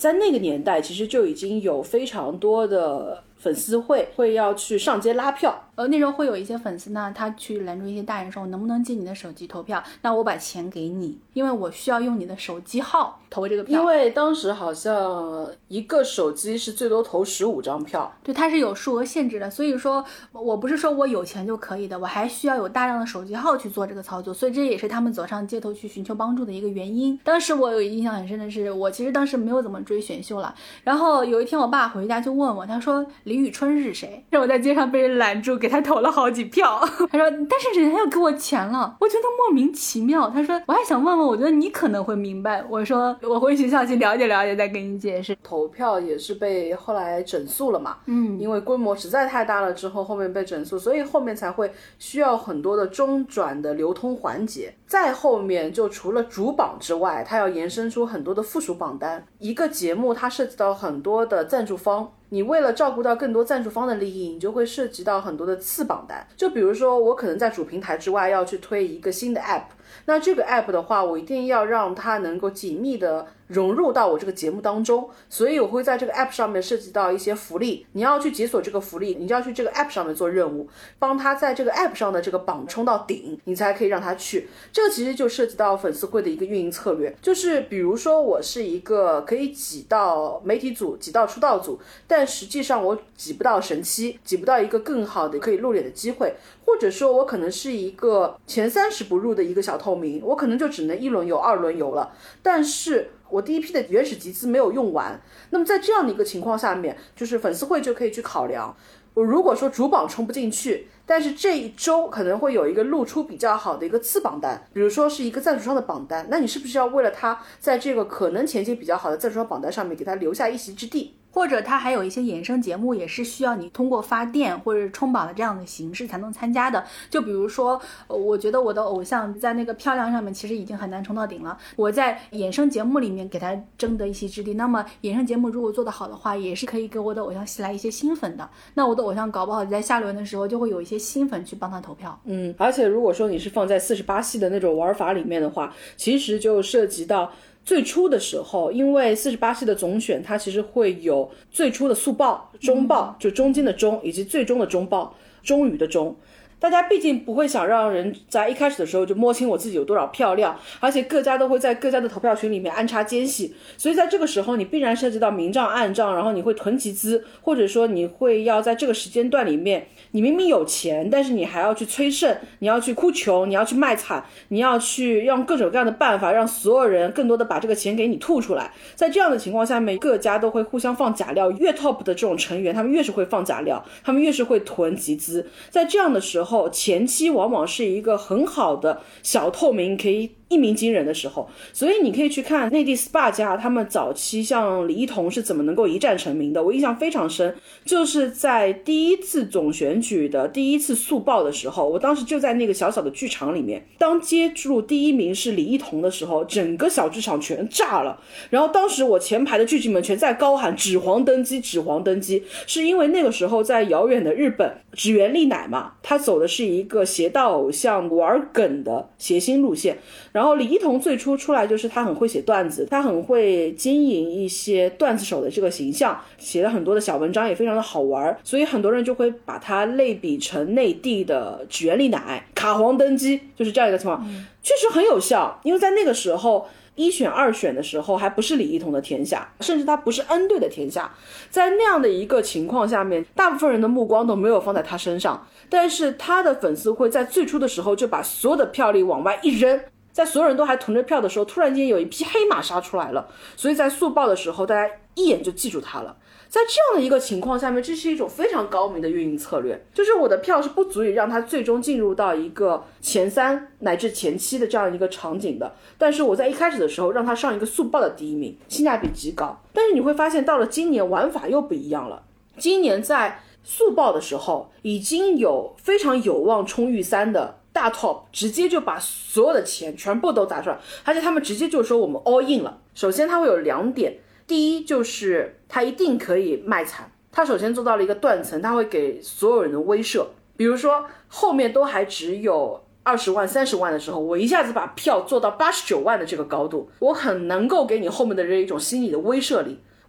在那个年代其实就已经有非常多的粉丝会要去上街拉票。 那时候会有一些粉丝呢，他去拦住一些大人说，能不能借你的手机投票，那我把钱给你，因为我需要用你的手机号投这个票。 因为当时好像一个手机是最多投15张票， 对，它是有数额限制的，所以说我不是说我有钱就可以的，我还需要有大量的手机号去做这个操作，所以这也是他们走上街头去寻求帮助的一个原因。当时我有印象很深的是，我其实当时没有怎么追选秀了，然后有一天我爸回家就问我，他说李宇春是谁？让我在街上被人拦住，给他投了好几票。他说但是人家又给我钱了，我觉得莫名其妙。他说我还想问问，我觉得你可能会明白。我说我回学校去了解了解再跟你解释。 投票也是被后来整肃了嘛，因为规模实在太大了之后后面被整肃，所以后面才会需要很多的中转的流通环节。再后面就除了主榜之外，它要延伸出很多的附属榜单。一个节目它涉及到很多的赞助方，你为了照顾到更多赞助方的利益，你就会涉及到很多的次榜单。就比如说我可能在主平台之外要去推一个新的 app， 那这个 app 的话我一定要让它能够紧密的融入到我这个节目当中，所以我会在这个 app 上面涉及到一些福利，你要去解锁这个福利，你就要去这个 app 上面做任务，帮他在这个 app 上的这个榜冲到顶，你才可以让他去。这个其实就涉及到粉丝会的一个运营策略，就是比如说我是一个可以挤到媒体组挤到出道组，但实际上我挤不到神期，挤不到一个更好的可以露脸的机会，或者说我可能是一个前30不入的一个小透明，我可能就只能1轮游2轮游了，但是我第一批的原始集资没有用完。那么在这样的一个情况下面，就是粉丝会就可以去考量，我如果说主榜冲不进去，但是这一周可能会有一个露出比较好的一个次榜单，比如说是一个赞助商的榜单，那你是不是要为了他在这个可能前景比较好的赞助商榜单上面给他留下一席之地？ 或者它还有一些衍生节目也是需要你通过发电或者冲榜的这样的形式才能参加的。就比如说我觉得我的偶像在那个漂亮上面其实已经很难冲到顶了，我在衍生节目里面给他争得一席之地，那么衍生节目如果做得好的话，也是可以给我的偶像吸来一些新粉的，那我的偶像搞不好在下轮的时候就会有一些新粉去帮他投票。 而且如果说你是放在48系的那种玩法里面的话，其实就涉及到最初的时候，因为48系的总选它其实会有最初的速报、中报，就中间的中，以及最终的中报，终于的终。大家毕竟不会想让人在一开始的时候就摸清我自己有多少票量，而且各家都会在各家的投票群里面安插奸细，所以在这个时候你必然涉及到明账暗账，然后你会囤集资，或者说你会要在这个时间段里面，你明明有钱，但是你还要去催胜，你要去哭穷，你要去卖惨，你要去用各种各样的办法让所有人更多的把这个钱给你吐出来。在这样的情况下面，各家都会互相放假料，越 top 的这种成员他们越是会放假料，他们越是会囤集资。在这样的时候，前期往往是一个很好的小透明可以一鸣惊人的时候，所以你可以去看内地 SPA 家他们早期像李一桐是怎么能够一战成名的。我印象非常深，就是在第一次总选举的第一次速报的时候，我当时就在那个小小的剧场里面，当接住第一名是李一桐的时候，整个小剧场全炸了，然后当时我前排的剧集们全在高喊纸皇登基纸皇登基，是因为那个时候在遥远的日本，指原丽乃嘛，他走的是一个邪道偶像玩梗的谐星路线，然后李一桐最初出来就是他很会写段子，他很会经营一些段子手的这个形象，写了很多的小文章也非常的好玩，所以很多人就会把他类比成内地的指原丽乃，卡皇登基，就是这样一个情况。确实很有效，因为在那个时候1选2选的时候还不是李一桐的天下，甚至他不是 N 队的天下，在那样的一个情况下面，大部分人的目光都没有放在他身上，但是他的粉丝会在最初的时候就把所有的票力往外一扔，在所有人都还囤着票的时候，突然间有一匹黑马杀出来了，所以在速报的时候大家一眼就记住他了。在这样的一个情况下面，这是一种非常高明的运营策略，就是我的票是不足以让他最终进入到一个前3乃至前7的这样一个场景的，但是我在一开始的时候让他上一个速报的第一名，性价比极高。但是你会发现到了今年玩法又不一样了，今年在速报的时候已经有非常有望冲预3的大 top 直接就把所有的钱全部都砸出来，而且他们直接就说我们 all in 了。首先他会有2点，第一就是他一定可以卖惨，他首先做到了一个断层，他会给所有人的威慑，比如说后面都还只有20万30万的时候，我一下子把票做到89万的这个高度，我很能够给你后面的人一种心理的威慑力。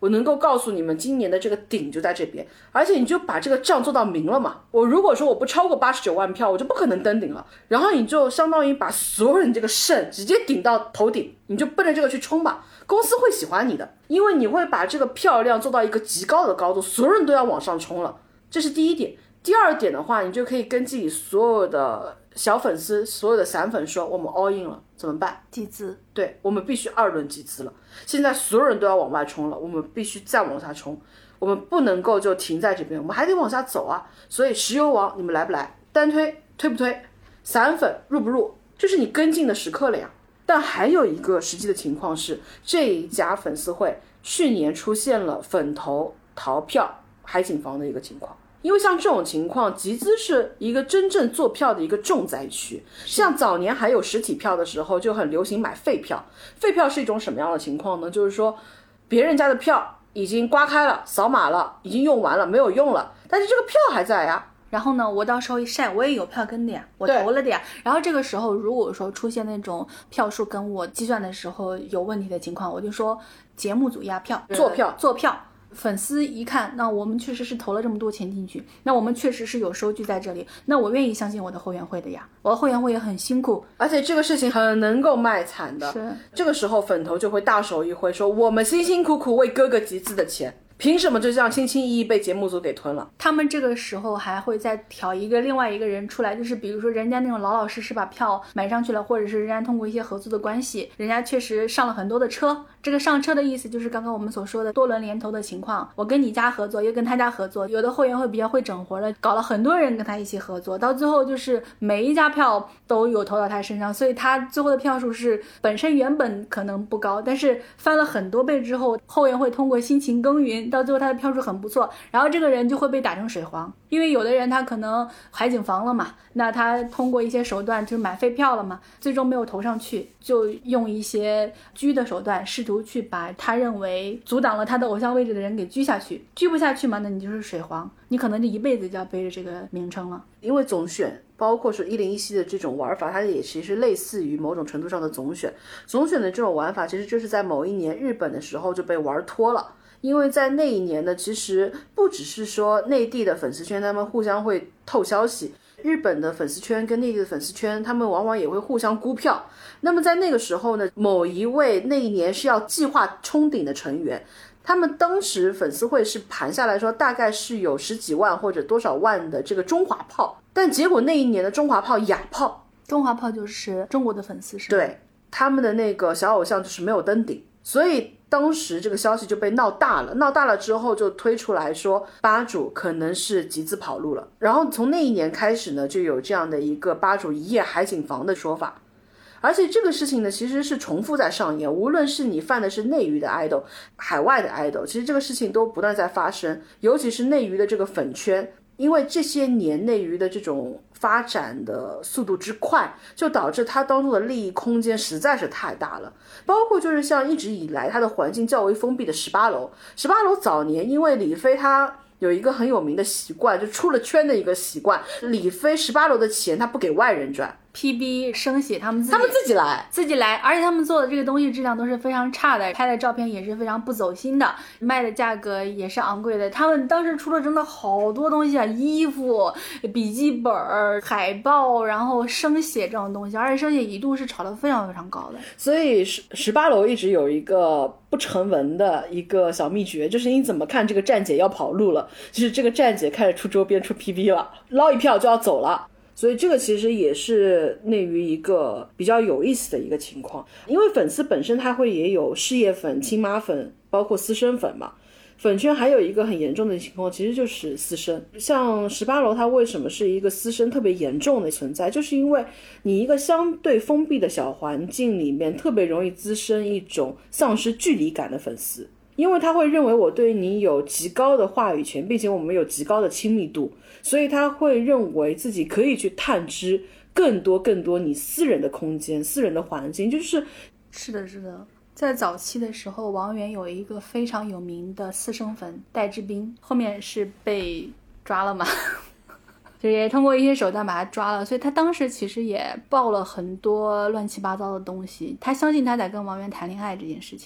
我能够告诉你们今年的这个顶就在这边，而且你就把这个账做到明了嘛。我如果说我不超过89万票，我就不可能登顶了。然后你就相当于把所有人这个肾直接顶到头顶，你就奔着这个去冲吧。公司会喜欢你的，因为你会把这个票量做到一个极高的高度，所有人都要往上冲了。这是第一点。第二点的话，你就可以跟自己所有的小粉丝、所有的散粉说，我们 all in 了，怎么办？ 集资。 对，我们必须2轮集资了。现在所有人都要往外冲了，我们必须再往下冲，我们不能够就停在这边，我们还得往下走啊。所以石油王你们来不来？单推推不推？散粉入不入？就是你跟进的时刻了呀。但还有一个实际的情况是，这一家粉丝会去年出现了粉头逃票海景房的一个情况。因为像这种情况，集资是一个真正做票的一个重灾区。像早年还有实体票的时候，就很流行买废票。废票是一种什么样的情况呢？就是说别人家的票已经刮开了，扫码了，已经用完了，没有用了，但是这个票还在呀。 然后呢，我到时候一晒，我也有票根的呀，我投了的呀。然后这个时候如果说出现那种票数跟我计算的时候有问题的情况，我就说节目组压票，做票。粉丝一看，那我们确实是投了这么多钱进去，那我们确实是有收据在这里，那我愿意相信我的后援会的呀，我的后援会也很辛苦， 而且这个事情很能够卖惨的。 是， 这个时候粉头就会大手一挥，说我们辛辛苦苦为哥哥集资的钱，凭什么就这样轻轻易易被节目组给吞了？ 他们这个时候还会再挑另外一个人出来，就是比如说人家那种老老实实把票买上去了，或者是人家通过一些合作的关系，人家确实上了很多的车。这个上车的意思就是刚刚我们所说的多轮联投的情况，我跟你家合作，又跟他家合作，有的后援会比较会整活了，搞了很多人跟他一起合作，到最后就是每一家票都有投到他身上，所以他最后的票数是本身原本可能不高，但是翻了很多倍之后，后援会通过辛勤耕耘，到最后他的票数很不错，然后这个人就会被打成水黄。因为有的人他可能海景房了嘛，那他通过一些手段就是买废票了嘛，最终没有投上去，就用一些拘的手段试图去把他认为阻挡了他的偶像位置的人给拘下去，拘不下去嘛，那你就是水黄，你可能这一辈子就要背着这个名称了。 因为总选包括说1017的这种玩法，它也其实类似于某种程度上的总选的这种玩法，其实就是在某一年日本的时候就被玩脱了。因为在那一年呢，其实不只是说内地的粉丝圈他们互相会透消息，日本的粉丝圈跟内地的粉丝圈他们往往也会互相估票。那么在那个时候呢，某一位那一年是要计划冲顶的成员，他们当时粉丝会是盘下来说大概是有10几万或者多少万的这个中华炮，但结果那一年的中华炮哑炮。 中华炮就是中国的粉丝是吗？ 对，他们的那个小偶像就是没有登顶，所以当时这个消息就被闹大了之后就推出来说吧主可能是集资跑路了，然后从那一年开始呢，就有这样的一个吧主一夜海景房的说法。而且这个事情呢，其实是重复在上演，无论是你犯的是内娱的 idol 海外的 idol， 其实这个事情都不断在发生，尤其是内娱的这个粉圈，因为这些年内娱的这种发展的速度之快，就导致它当中的利益空间实在是太大了。包括就是像一直以来它的环境较为封闭的18楼早年，因为李飞他有一个很有名的习惯，就出了圈的一个习惯，李飞18楼的钱他不给外人赚， PB 生写他们自己来，而且他们做的这个东西质量都是非常差的，拍的照片也是非常不走心的，卖的价格也是昂贵的。他们当时出了真的好多东西啊，衣服、笔记本、海报，然后生写这种东西，而且生写一度是炒得非常非常高的。 所以18楼一直有一个不成文的一个小秘诀，就是你怎么看这个站姐要跑路了，就是这个站姐开始出周边出 PV 了，捞一票就要走了。所以这个其实也是内娱一个比较有意思的一个情况，因为粉丝本身他会也有事业粉、亲妈粉，包括私生粉嘛。粉圈还有一个很严重的情况，其实就是私生。像18楼它为什么是一个私生特别严重的存在，就是因为你一个相对封闭的小环境里面，特别容易滋生一种丧失距离感的粉丝，因为他会认为我对你有极高的话语权，并且我们有极高的亲密度，所以他会认为自己可以去探知更多你私人的空间、私人的环境。 是的，在早期的时候，王源有一个非常有名的私生粉戴志斌，后面是被抓了嘛就也通过一些手段把他抓了，所以他当时其实也爆了很多乱七八糟的东西，他相信他在跟王源谈恋爱这件事情，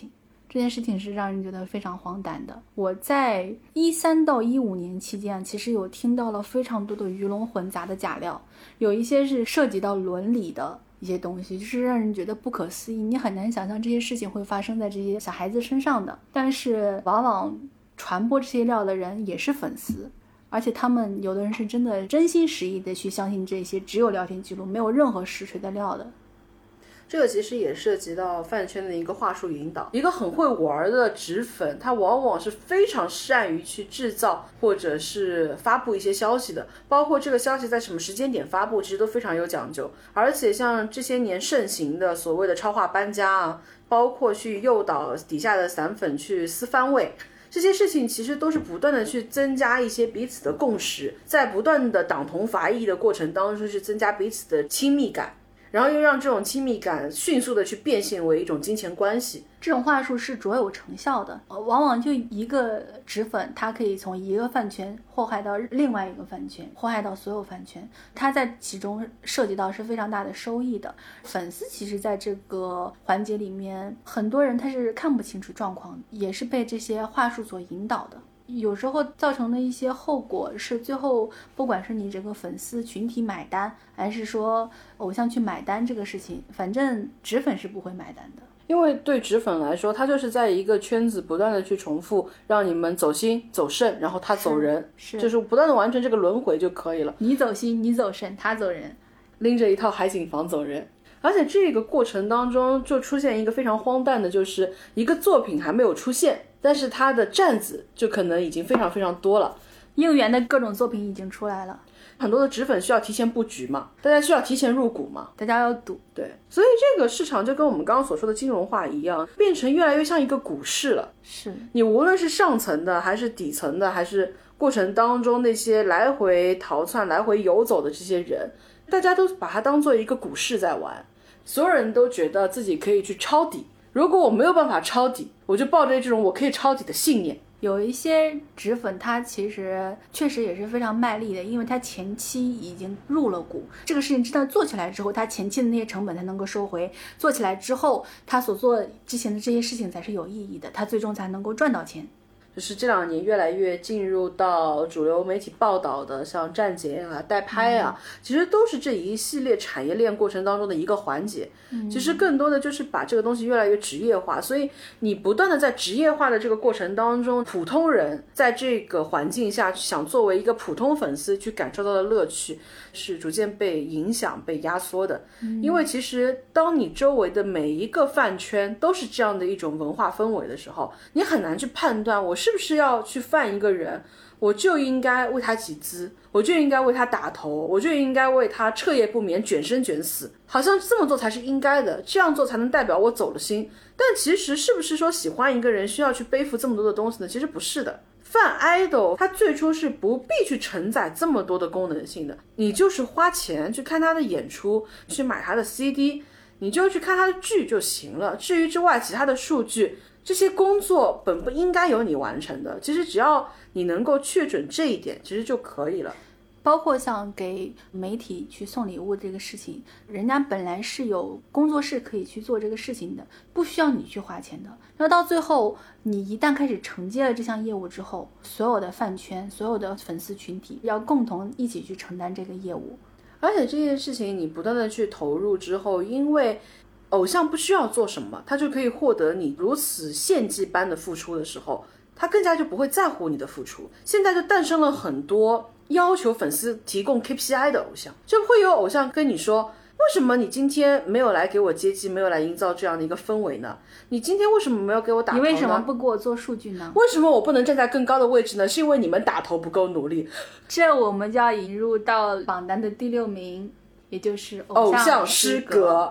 这件事情是让人觉得非常荒诞的。我在13到15年期间，其实有听到了非常多的鱼龙混杂的假料，有一些是涉及到伦理的一些东西，就是让人觉得不可思议，你很难想象这些事情会发生在这些小孩子身上的。但是往往传播这些料的人也是粉丝，而且他们有的人是真的真心实意的去相信这些只有聊天记录没有任何实锤的料的。 这个其实也涉及到饭圈的一个话术引导。一个很会玩的纸粉，他往往是非常善于去制造或者是发布一些消息的，包括这个消息在什么时间点发布，其实都非常有讲究。而且像这些年盛行的所谓的超话搬家啊，包括去诱导底下的散粉去撕番位，这些事情其实都是不断的去增加一些彼此的共识，在不断的党同伐异的过程当中去增加彼此的亲密感，然后又让这种亲密感迅速的去变现为一种金钱关系。 这种话术是卓有成效的，往往就一个纸粉，它可以从一个饭圈祸害到另外一个饭圈，祸害到所有饭圈，它在其中涉及到是非常大的收益的。粉丝其实在这个环节里面，很多人他是看不清楚状况，也是被这些话术所引导的。有时候造成的一些后果是，最后不管是你这个粉丝群体买单，还是说偶像去买单这个事情，反正纸粉是不会买单的。 因为对纸粉来说，他就是在一个圈子不断的去重复，让你们走心走肾，然后他走人，就是不断的完成这个轮回就可以了。 你走心你走肾他走人， 拎着一套海景房走人。而且这个过程当中就出现一个非常荒诞的，就是一个作品还没有出现，但是它的站子就可能已经非常非常多了， 应援的各种作品已经出来了。 很多的纸粉需要提前布局嘛，大家需要提前入股嘛， 大家要赌。 对，所以这个市场就跟我们刚刚所说的金融化一样，变成越来越像一个股市了。 是你无论是上层的还是底层的，还是过程当中那些来回逃窜来回游走的这些人，大家都把它当做一个股市在玩，所有人都觉得自己可以去抄底，如果我没有办法抄底，我就抱着这种我可以抄底的信念。 有一些纸粉他其实确实也是非常卖力的，因为他前期已经入了股，这个事情真的做起来之后，他前期的那些成本才能够收回，做起来之后他所做之前的这些事情才是有意义的，他最终才能够赚到钱。 就是这2年越来越进入到主流媒体报道的，像站姐啊、代拍啊，其实都是这一系列产业链过程当中的一个环节。其实更多的就是把这个东西越来越职业化，所以你不断的在职业化的这个过程当中，普通人在这个环境下想作为一个普通粉丝去感受到的乐趣，是逐渐被影响、被压缩的。因为其实当你周围的每一个饭圈都是这样的一种文化氛围的时候，你很难去判断我是不是要去犯一个人，我就应该为他集资，我就应该为他打头，我就应该为他彻夜不眠、卷生卷死，好像这么做才是应该的，这样做才能代表我走了心。但其实是不是说喜欢一个人需要去背负这么多的东西呢？其实不是的。泛 idol 它最初是不必去承载这么多的功能性的，你就是花钱去看他的演出，去买他的 CD， 你就去看他的剧就行了。至于之外其他的数据，这些工作本不应该由你完成的，其实只要你能够确准这一点，其实就可以了。 包括像给媒体去送礼物这个事情，人家本来是有工作室可以去做这个事情的，不需要你去花钱的。那到最后你一旦开始承接了这项业务之后，所有的饭圈、所有的粉丝群体要共同一起去承担这个业务。 而且这件事情你不断的去投入之后，因为偶像不需要做什么，他就可以获得你如此献祭般的付出的时候，他更加就不会在乎你的付出。现在就诞生了很多要求粉丝提供 KPI 的偶像，就会有偶像跟你说，为什么你今天没有来给我接机，没有来营造这样的一个氛围呢？你今天为什么没有给我打头呢？ 你为什么不给我做数据呢？ 为什么我不能站在更高的位置呢？是因为你们打头不够努力。 这我们就要引入到榜单的第6名，也就是偶像失格。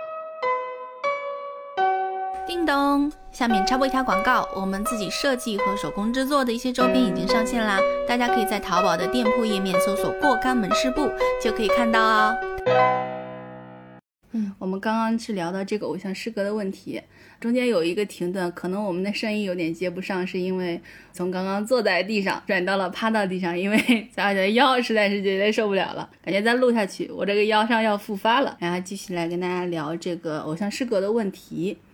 叮咚，下面插播一条广告，我们自己设计和手工制作的一些周边已经上线啦，大家可以在淘宝的店铺页面搜索过干门市部就可以看到哦。我们刚刚是聊到这个偶像失格的问题，中间有一个停顿，可能我们的声音有点接不上，是因为从刚刚坐在地上转到了趴到地上，因为咱的腰实在是觉得受不了了，感觉再录下去我这个腰上要复发了。然后继续来跟大家聊这个偶像失格的问题。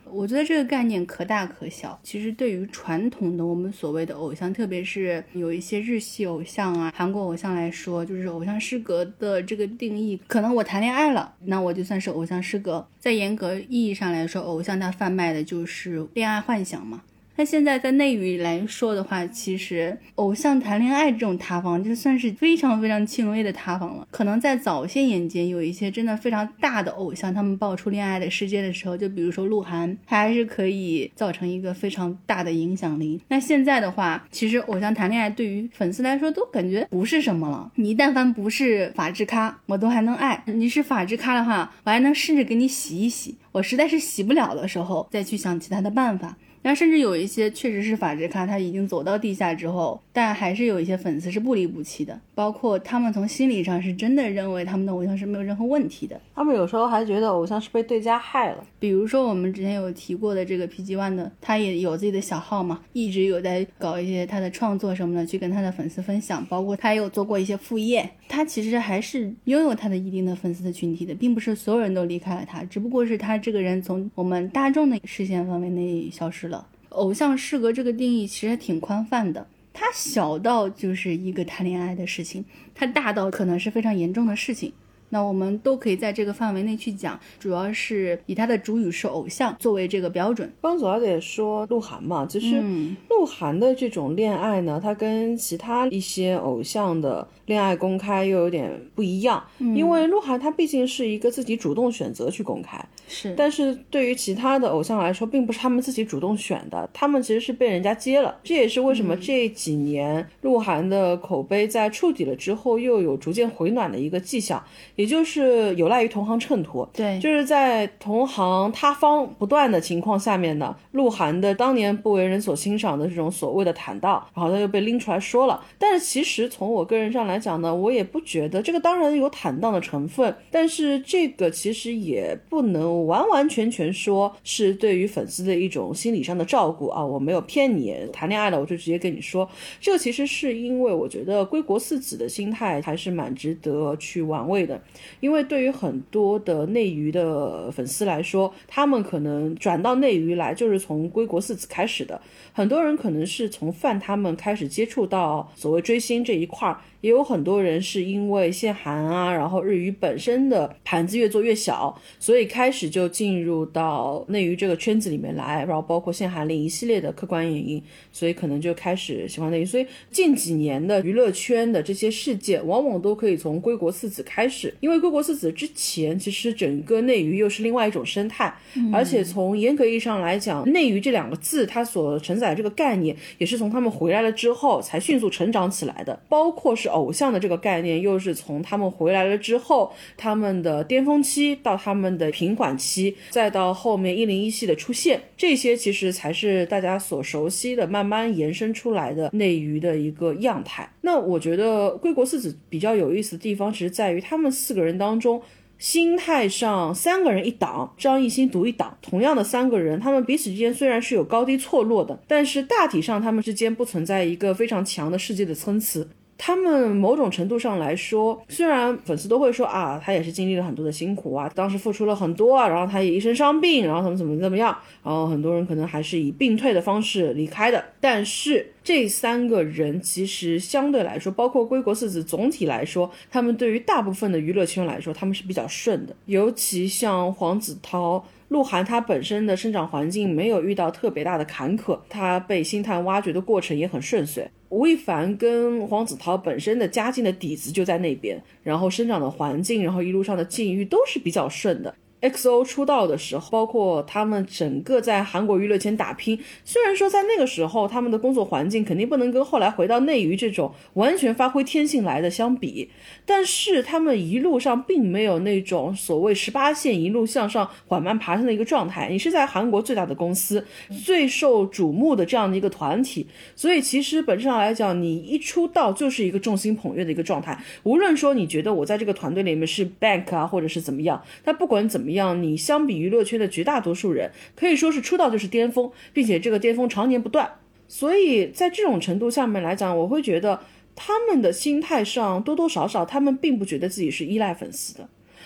我觉得这个概念可大可小。其实对于传统的我们所谓的偶像，特别是有一些日系偶像啊、韩国偶像来说，就是偶像失格的这个定义，可能我谈恋爱了，那我就算是偶像失格。在严格意义上来说，偶像它贩卖的就是恋爱幻想嘛。那现在在内娱来说的话，其实偶像谈恋爱这种塌房就算是非常非常轻微的塌房了。可能在早些年间有一些真的非常大的偶像，他们爆出恋爱的事件的时候，就比如说鹿晗，他还是可以造成一个非常大的影响力。那现在的话，其实偶像谈恋爱对于粉丝来说都感觉不是什么了。你但凡不是法制咖，我都还能爱；你是法制咖的话，我还能试着给你洗一洗。我实在是洗不了的时候，再去想其他的办法。然后甚至有一些确实是法制咖，他已经走到地下之后，但还是有一些粉丝是不离不弃的，包括他们从心理上是真的认为他们的偶像是没有任何问题的。 他们有时候还觉得偶像是被对家害了。 比如说我们之前有提过的这个 PG1 的，他也有自己的小号嘛，一直有在搞一些他的创作什么的去跟他的粉丝分享，包括他也有做过一些副业。他其实还是拥有他的一定的粉丝的群体的，并不是所有人都离开了他，只不过是他这个人从我们大众的视线范围内消失了。偶像失格这个定义其实还挺宽泛的，它小到就是一个谈恋爱的事情，它大到可能是非常严重的事情。那我们都可以在这个范围内去讲，主要是以他的主语是偶像作为这个标准。 刚左小姐说鹿晗嘛，其实鹿晗的这种恋爱呢，它跟其他一些偶像的恋爱公开又有点不一样，因为鹿晗他毕竟是一个自己主动选择去公开， 是， 但是对于其他的偶像来说，并不是他们自己主动选的，他们其实是被人家接了。这也是为什么这几年鹿晗的口碑在触底了之后又有逐渐回暖的一个迹象，也就是有赖于同行衬托。 对， 就是在同行塌方不断的情况下面呢，鹿晗的当年不为人所欣赏的这种所谓的坦荡，然后他就被拎出来说了。但是其实从我个人上来讲呢，我也不觉得这个，当然有坦荡的成分，但是这个其实也不能完完全全说是对于粉丝的一种心理上的照顾啊，我没有骗你，谈恋爱了我就直接跟你说。这个其实是因为我觉得归国四子的心态还是蛮值得去玩味的，因为对于很多的内娱的粉丝来说，他们可能转到内娱来就是从归国四子开始的，很多人可能是从范他们开始接触到所谓追星这一块，也有很多人是因为限韩啊，然后日语本身的盘子越做越小，所以开始就进入到内娱这个圈子里面来，然后包括限韩令一系列的客观原因，所以可能就开始喜欢内娱。所以近几年的娱乐圈的这些事件往往都可以从归国四子开始，因为归国四子之前其实整个内娱又是另外一种生态，而且从严格意义上来讲，内娱这两个字它所承载的这个概念也是从他们回来了之后才迅速成长起来的，包括是偶像的这个概念又是从他们回来了之后，他们的巅峰期到他们的平缓期，再到后面101系的出现，这些其实才是大家所熟悉的慢慢延伸出来的内娱的一个样态。那我觉得归国四子比较有意思的地方其实在于他们4个人当中心态上3个人一档，张艺兴独一档，同样的3个人，他们彼此之间虽然是有高低错落的，但是大体上他们之间不存在一个非常强的世界的参差。他们某种程度上来说，虽然粉丝都会说啊，他也是经历了很多的辛苦啊，当时付出了很多啊，然后他也一身伤病，然后怎么样，然后很多人可能还是以病退的方式离开的，但是这3个人其实相对来说，包括归国四子，总体来说他们对于大部分的娱乐圈来说他们是比较顺的，尤其像黄子韬鹿晗他本身的生长环境没有遇到特别大的坎坷，他被星探挖掘的过程也很顺遂。吴亦凡跟黄子韬本身的家境的底子就在那边，然后生长的环境，然后一路上的境遇都是比较顺的。XO 出道的时候，包括他们整个在韩国娱乐圈打拼，虽然说在那个时候他们的工作环境肯定不能跟后来回到内娱这种完全发挥天性来的相比，但是他们一路上并没有那种所谓18线一路向上缓慢爬升的一个状态。你是在韩国最大的公司，最受瞩目的这样的一个团体，所以其实本质上来讲，你一出道就是一个众星捧月的一个状态。无论说你觉得我在这个团队里面是 bank 啊，或者是怎么样，但不管怎么样，你相比娱乐圈的绝大多数人，可以说是出道就是巅峰，并且这个巅峰常年不断。所以在这种程度下面来讲，我会觉得他们的心态上多多少少他们并不觉得自己是依赖粉丝的，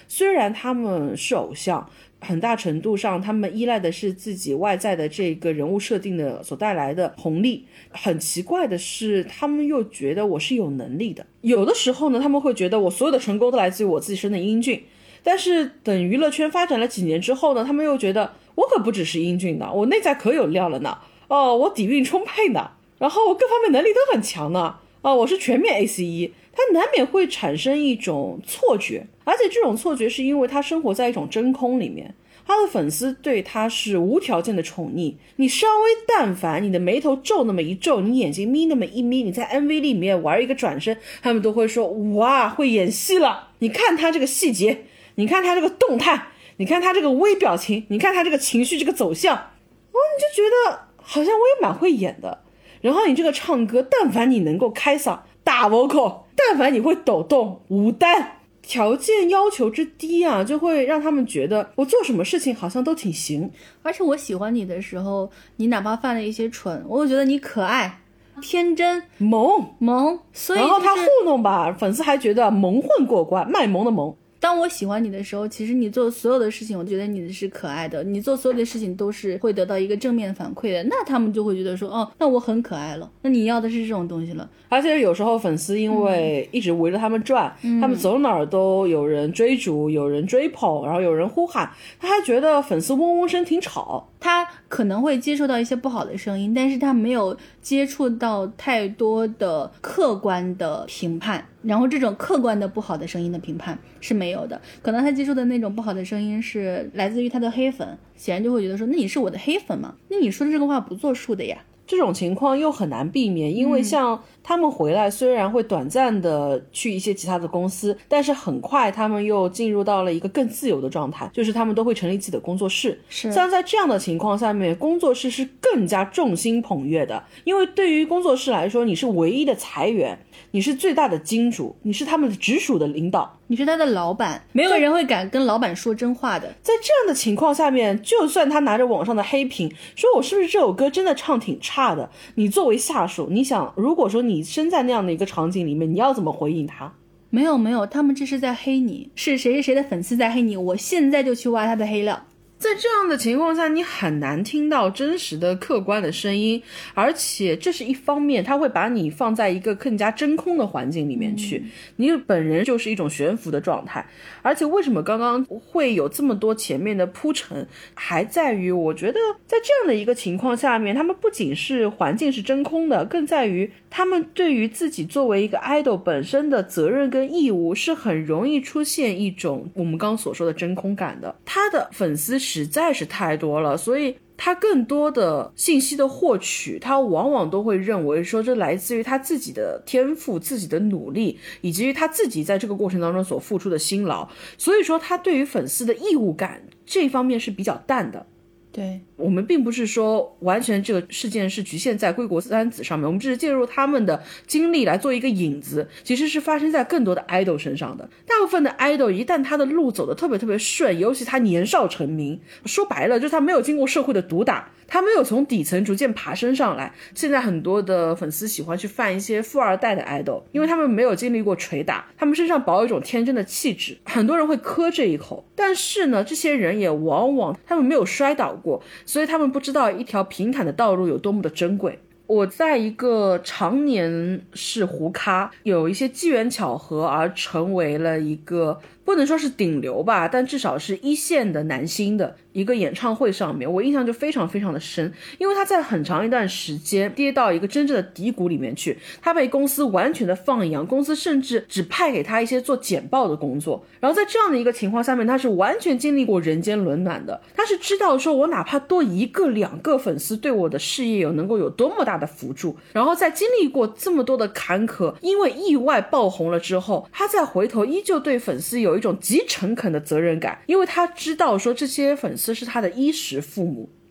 虽然他们是偶像，很大程度上他们依赖的是自己外在的这个人物设定的所带来的红利，很奇怪的是他们又觉得我是有能力的。有的时候呢，他们会觉得我所有的成功都来自于我自己身的英俊，但是等娱乐圈发展了几年之后呢，他们又觉得我可不只是英俊的，我内在可有料了呢，我底蕴充沛呢，然后我各方面能力都很强呢，我是全面 ACE。 他难免会产生一种错觉，而且这种错觉是因为他生活在一种真空里面，他的粉丝对他是无条件的宠溺，你稍微但凡你的眉头皱那么一皱，你眼睛眯那么一眯，你在 MV 里面玩一个转身，他们都会说哇，会演戏了，你看他这个细节，你看他这个动态，你看他这个微表情，你看他这个情绪这个走向，你就觉得好像我也蛮会演的。然后你这个唱歌，但凡你能够开嗓大 vocal， 但凡你会抖动舞担，条件要求之低啊，就会让他们觉得我做什么事情好像都挺行。 而且我喜欢你的时候，你哪怕犯了一些蠢，我就觉得你可爱天真萌，所以、 然后他糊弄吧，粉丝还觉得蒙混过关，卖萌的萌。 当我喜欢你的时候，其实你做所有的事情，我觉得你是可爱的，你做所有的事情都是会得到一个正面反馈的，那他们就会觉得说，那我很可爱了，那你要的是这种东西了。 而且有时候粉丝因为一直围着他们转，他们走哪儿都有人追逐，有人追捧，然后有人呼喊，他还觉得粉丝嗡嗡声挺吵。 他可能会接触到一些不好的声音，但是他没有接触到太多的客观的评判，然后这种客观的不好的声音的评判是没有的。可能他接触的那种不好的声音是来自于他的黑粉，显然就会觉得说，那你是我的黑粉吗？那你说的这个话不作数的呀。 这种情况又很难避免，因为像他们回来虽然会短暂的去一些其他的公司，但是很快他们又进入到了一个更自由的状态，就是他们都会成立自己的工作室。像在这样的情况下面，工作室是更加众星捧月的，因为对于工作室来说，你是唯一的财源，你是最大的金主，你是他们的直属的领导， 你是他的老板，没有人会敢跟老板说真话的。 在这样的情况下面，就算他拿着网上的黑屏说我是不是这首歌真的唱挺差的，你作为下属，你想如果说你身在那样的一个场景里面，你要怎么回应他？ 没有，他们这是在黑你，是谁的粉丝在黑你，我现在就去挖他的黑料。 在这样的情况下，你很难听到真实的客观的声音，而且这是一方面，它会把你放在一个更加真空的环境里面去，你本人就是一种悬浮的状态。而且为什么刚刚会有这么多前面的铺陈，还在于我觉得在这样的一个情况下面，他们不仅是环境是真空的，更在于他们对于自己作为一个 idol 本身的责任跟义务是很容易出现一种我们刚刚所说的真空感的。他的粉丝实在是太多了，所以他更多的信息的获取，他往往都会认为说这来自于他自己的天赋、自己的努力，以及于他自己在这个过程当中所付出的辛劳，所以说他对于粉丝的义务感这方面是比较淡的。 对， 我们并不是说完全这个事件是局限在归国三子上面，我们只是介入他们的经历来做一个引子，其实是发生在更多的 idol 身上的。大部分的 idol 一旦他的路走得特别顺，尤其他年少成名，说白了就是他没有经过社会的毒打，他没有从底层逐渐爬升上来。现在很多的粉丝喜欢去犯一些富二代的 idol， 因为他们没有经历过捶打，他们身上保有一种天真的气质，很多人会磕这一口。但是呢，这些人也往往他们没有摔倒过，所以他们不知道一条平坦的道路有多么的珍贵。我在一个常年是胡咖，有一些机缘巧合而成为了一个不能说是顶流吧，但至少是一线的男星的一个演唱会上面，我印象就非常的深，因为他在很长一段时间跌到一个真正的低谷里面去，他被公司完全的放养，公司甚至只派给他一些做简报的工作，然后在这样的一个情况下面，他是完全经历过人间冷暖的，他是知道说我哪怕多一个两个粉丝对我的事业能够有多么大的辅助，然后在经历过这么多的坎坷，因为意外爆红了之后，他再回头依旧对粉丝有一种极诚恳的责任感，因为他知道说这些粉丝是他的衣食父母。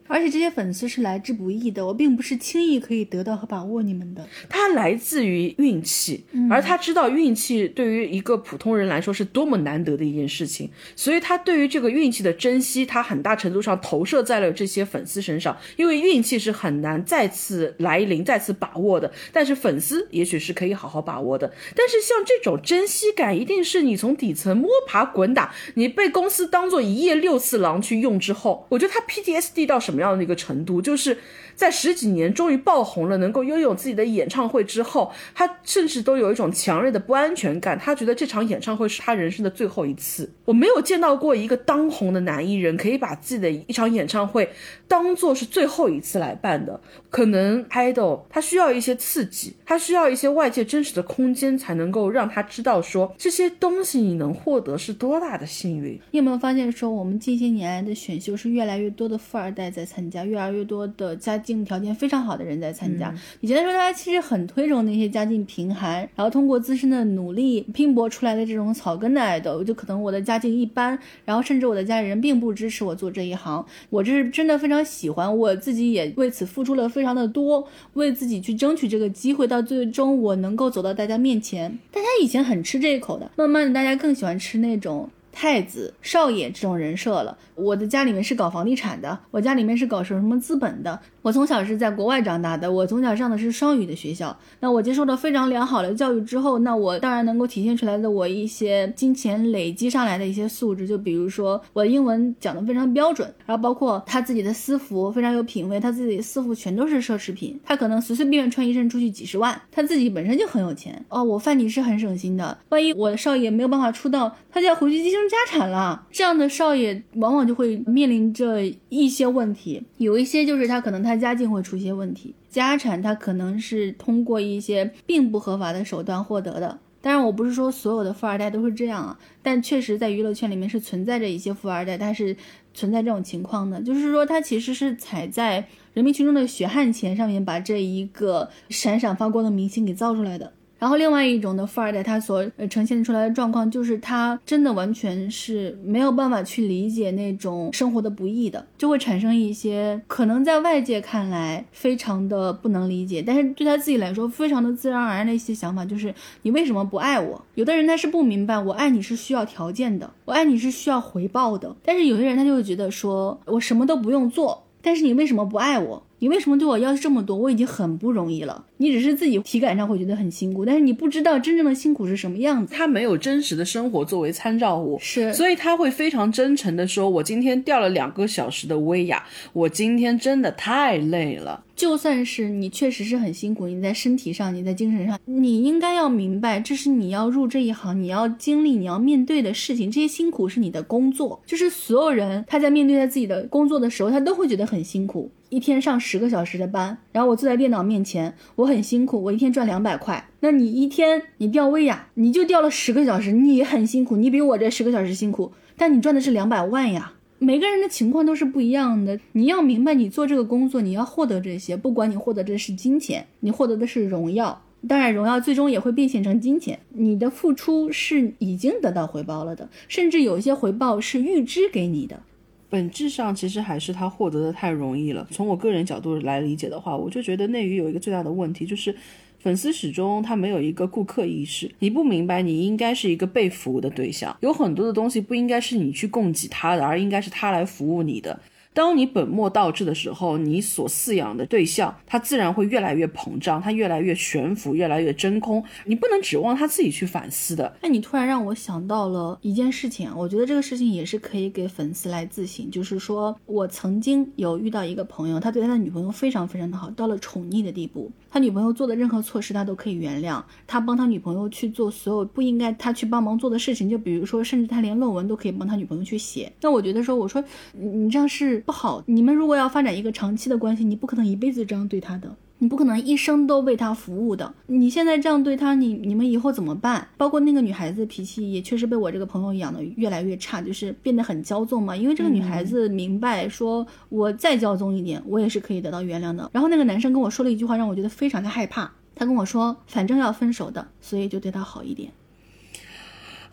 而且这些粉丝是来之不易的，我并不是轻易可以得到和把握你们的。 他来自于运气，而他知道运气对于一个普通人来说是多么难得的一件事情，所以他对于这个运气的珍惜，他很大程度上投射在了这些粉丝身上。因为运气是很难再次来临再次把握的，但是粉丝也许是可以好好把握的。但是像这种珍惜感一定是你从底层摸爬滚打，你被公司当做一夜六次郎去用之后，我觉得他 PTSD 到什么样的一个程度，就是在10几年终于爆红了，能够拥有自己的演唱会之后，他甚至都有一种强烈的不安全感，他觉得这场演唱会是他人生的最后一次。我没有见到过一个当红的男艺人可以把自己的一场演唱会当作是最后一次来办的。可能 idol 他需要一些刺激，他需要一些外界真实的空间，才能够让他知道说这些东西你能获得是多大的幸运。 你有没有发现说我们近些年来的选秀是越来越多的富二代在参加，越来越多的家境条件非常好的人在参加。以前的时候大家其实很推崇那些家境贫寒，然后通过自身的努力拼搏出来的这种草根的 idol， 就可能我的家境一般，然后甚至我的家人并不支持我做这一行，我这是真的非常喜欢，我自己也为此付出了非常的多，为自己去争取这个机会，到最终我能够走到大家面前。大家以前很吃这一口的，慢慢的大家更喜欢吃那种太子少爷这种人设了。我的家里面是搞房地产的，我家里面是搞什么资本的，我从小是在国外长大的，我从小上的是双语的学校，那我接受了非常良好的教育之后，那我当然能够体现出来的我一些金钱累积上来的一些素质，就比如说我的英文讲得非常标准，然后包括他自己的私服非常有品位，他自己的私服全都是奢侈品，他可能随随便便穿一身出去几十万，他自己本身就很有钱。我范妮是很省心的，万一我的少爷没有办法出道，他就要回去继承家产了，这样的少爷往往就会面临着一些问题，有一些就是他可能他家境会出一些问题，家产他可能是通过一些并不合法的手段获得的。当然我不是说所有的富二代都是这样啊，但确实在娱乐圈里面是存在着一些富二代，他是存在这种情况的，就是说他其实是踩在人民群众的血汗钱上面把这一个闪闪发光的明星给造出来的。然后另外一种的富二代，他所呈现出来的状况就是他真的完全是没有办法去理解那种生活的不易的，就会产生一些可能在外界看来非常的不能理解，但是对他自己来说非常的自然而然的一些想法，就是你为什么不爱我？有的人他是不明白我爱你是需要条件的，我爱你是需要回报的，但是有些人他就会觉得说我什么都不用做，但是你为什么不爱我？你为什么对我要求这么多？我已经很不容易了，你只是自己体感上会觉得很辛苦，但是你不知道真正的辛苦是什么样子。 他没有真实的生活作为参照物， 是， 所以他会非常真诚的说，我今天掉了2个小时的薇娅，我今天真的太累了。 就算是你确实是很辛苦，你在身体上，你在精神上，你应该要明白，这是你要入这一行，你要经历，你要面对的事情，这些辛苦是你的工作。就是所有人他在面对他自己的工作的时候，他都会觉得很辛苦，一天上10个小时的班，然后我坐在电脑面前，我很辛苦，我一天赚200块。那你一天你掉薇娅，你就掉了10个小时，你也很辛苦，你比我这10个小时辛苦，但你赚的是200万呀。每个人的情况都是不一样的，你要明白，你做这个工作，你要获得这些，不管你获得的是金钱，你获得的是荣耀，当然荣耀最终也会变现成金钱，你的付出是已经得到回报了的，甚至有一些回报是预支给你的。 本质上其实还是他获得的太容易了。从我个人角度来理解的话，我就觉得内娱有一个最大的问题，就是粉丝始终他没有一个顾客意识，你不明白你应该是一个被服务的对象，有很多的东西不应该是你去供给他的，而应该是他来服务你的。当你本末倒置的时候，你所饲养的对象他自然会越来越膨胀，他越来越悬浮，越来越真空，你不能指望他自己去反思的。 那你突然让我想到了一件事情，我觉得这个事情也是可以给粉丝来自省，就是说我曾经有遇到一个朋友，他对他的女朋友非常非常的好，到了宠溺的地步，他女朋友做的任何错事他都可以原谅，他帮他女朋友去做所有不应该他去帮忙做的事情，就比如说甚至他连论文都可以帮他女朋友去写。那我觉得说，我说你这样是不好，你们如果要发展一个长期的关系，你不可能一辈子这样对他的，你不可能一生都为他服务的，你现在这样对他，你们以后怎么办？包括那个女孩子脾气也确实被我这个朋友养得越来越差，就是变得很骄纵嘛，因为这个女孩子明白说我再骄纵一点我也是可以得到原谅的。然后那个男生跟我说了一句话让我觉得非常的害怕，他跟我说反正要分手的，所以就对他好一点。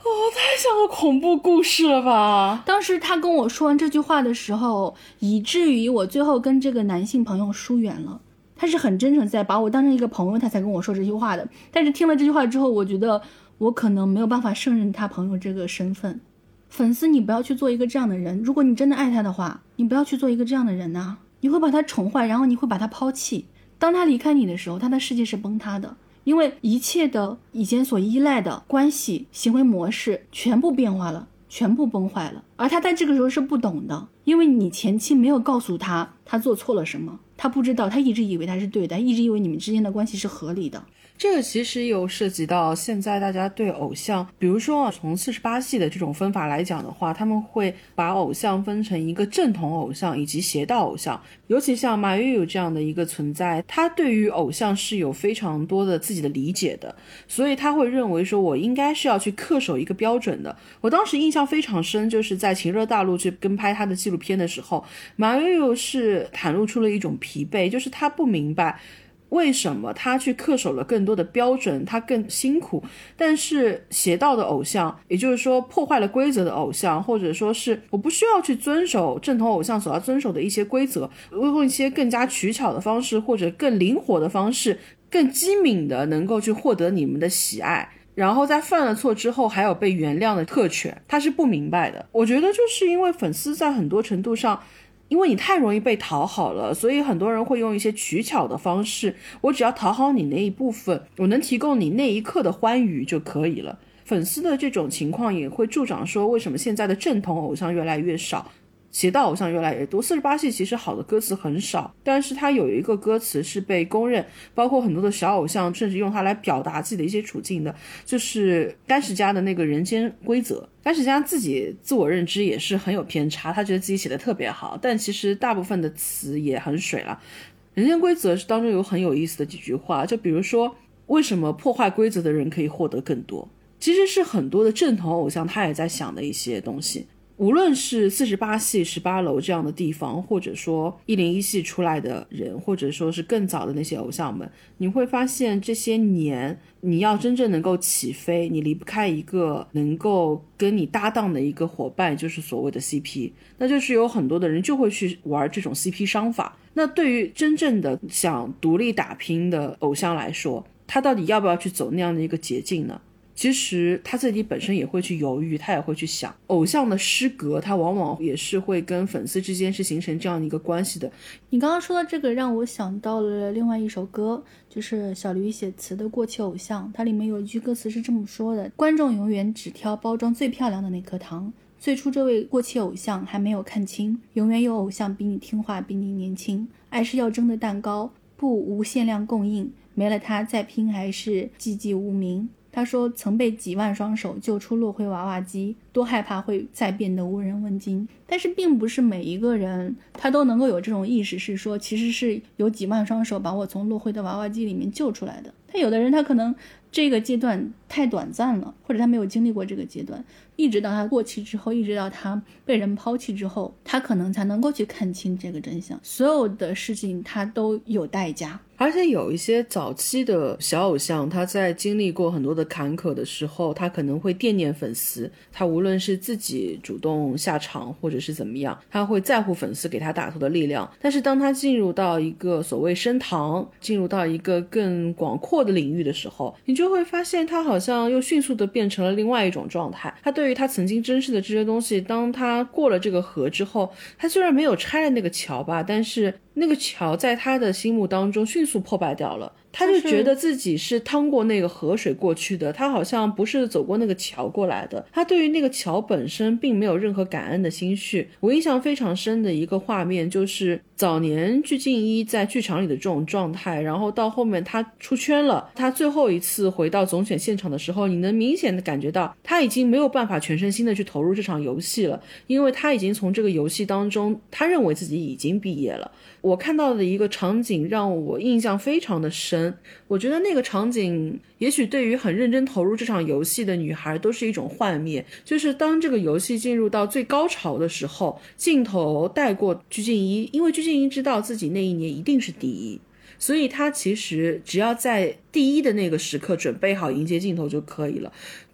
太像个恐怖故事了吧。 当时他跟我说完这句话的时候，以至于我最后跟这个男性朋友疏远了。他是很真诚在把我当成一个朋友，他才跟我说这句话的。但是听了这句话之后，我觉得我可能没有办法胜任他朋友这个身份。粉丝，你不要去做一个这样的人，如果你真的爱他的话，你不要去做一个这样的人啊。你会把他宠坏，然后你会把他抛弃。当他离开你的时候，他的世界是崩塌的，因为一切的以前所依赖的关系、行为模式全部变化了，全部崩坏了。而他在这个时候是不懂的，因为你前期没有告诉他他做错了什么，他不知道，他一直以为他是对的，他一直以为你们之间的关系是合理的。 这个其实有涉及到现在大家对偶像，比如说从48系的这种分法来讲的话，他们会把偶像分成一个正统偶像以及邪道偶像。尤其像马友友这样的一个存在，他对于偶像是有非常多的自己的理解的，所以他会认为说我应该是要去恪守一个标准的。我当时印象非常深，就是在情热大陆去跟拍他的纪录片的时候，马友友是袒露出了一种疲惫，就是他不明白为什么他去恪守了更多的标准，他更辛苦，但是邪道的偶像，也就是说破坏了规则的偶像，或者说是我不需要去遵守正统偶像所要遵守的一些规则，用一些更加取巧的方式，或者更灵活的方式，更机敏的能够去获得你们的喜爱，然后在犯了错之后还有被原谅的特权，他是不明白的。我觉得就是因为粉丝在很多程度上，因为你太容易被讨好了，所以很多人会用一些取巧的方式，我只要讨好你那一部分，我能提供你那一刻的欢愉就可以了。粉丝的这种情况也会助长说为什么现在的正统偶像越来越少，邪道偶像越来越多。48系其实好的歌词很少，但是它有一个歌词是被公认，包括很多的小偶像甚至用它来表达自己的一些处境的，就是甘石家的那个人间规则。甘石家自己自我认知也是很有偏差，他觉得自己写的特别好，但其实大部分的词也很水了。人间规则当中有很有意思的几句话，就比如说为什么破坏规则的人可以获得更多，其实是很多的正统偶像他也在想的一些东西。无论是48系18楼这样的地方，或者说101系出来的人，或者说是更早的那些偶像们，你会发现这些年你要真正能够起飞，你离不开一个能够跟你搭档的一个伙伴，就是所谓的 CP。 那就是有很多的人就会去玩这种 CP 商法。那对于真正的想独立打拼的偶像来说，他到底要不要去走那样的一个捷径呢？其实他自己本身也会去犹豫，他也会去想，偶像的失格他往往也是会跟粉丝之间是形成这样的一个关系的。 你刚刚说到这个让我想到了另外一首歌，就是小驴写词的《过气偶像》，它里面有一句歌词是这么说的：观众永远只挑包装最漂亮的那颗糖，最初这位过气偶像还没有看清，永远有偶像比你听话，比你年轻，爱是要蒸的蛋糕，不无限量供应，没了它再拼还是寂寂无名。他说曾被几万双手救出落灰娃娃机，多害怕会再变得无人问津。但是并不是每一个人他都能够有这种意识，是说其实是有几万双手把我从落灰的娃娃机里面救出来的。他有的人他可能这个阶段太短暂了，或者他没有经历过这个阶段，一直到他过气之后，一直到他被人抛弃之后，他可能才能够去看清这个真相。所有的事情他都有代价。 而且有一些早期的小偶像，他在经历过很多的坎坷的时候，他可能会惦念粉丝，他无论是自己主动下场或者是怎么样，他会在乎粉丝给他打头的力量。但是当他进入到一个所谓升堂，进入到一个更广阔的领域的时候，你就会发现他好像又迅速的变成了另外一种状态。他对于他曾经珍视的这些东西，当他过了这个河之后，他虽然没有拆了那个桥吧，但是那个桥在他的心目当中迅速破败掉了。他就觉得自己是趟过那个河水过去的，他好像不是走过那个桥过来的，他对于那个桥本身并没有任何感恩的心绪。我印象非常深的一个画面就是早年具俊晔在剧场里的这种状态，然后到后面他出圈了，他最后一次回到总选现场的时候，你能明显的感觉到他已经没有办法全身心的去投入这场游戏了，因为他已经从这个游戏当中，他认为自己已经毕业了。我看到的一个场景让我印象非常的深，我觉得那个场景也许对于很认真投入这场游戏的女孩都是一种幻灭，就是当这个游戏进入到最高潮的时候，镜头带过具俊晔，因为具俊晔知道自己那一年一定是第一，所以他其实只要在第一的那个时刻准备好迎接镜头就可以了。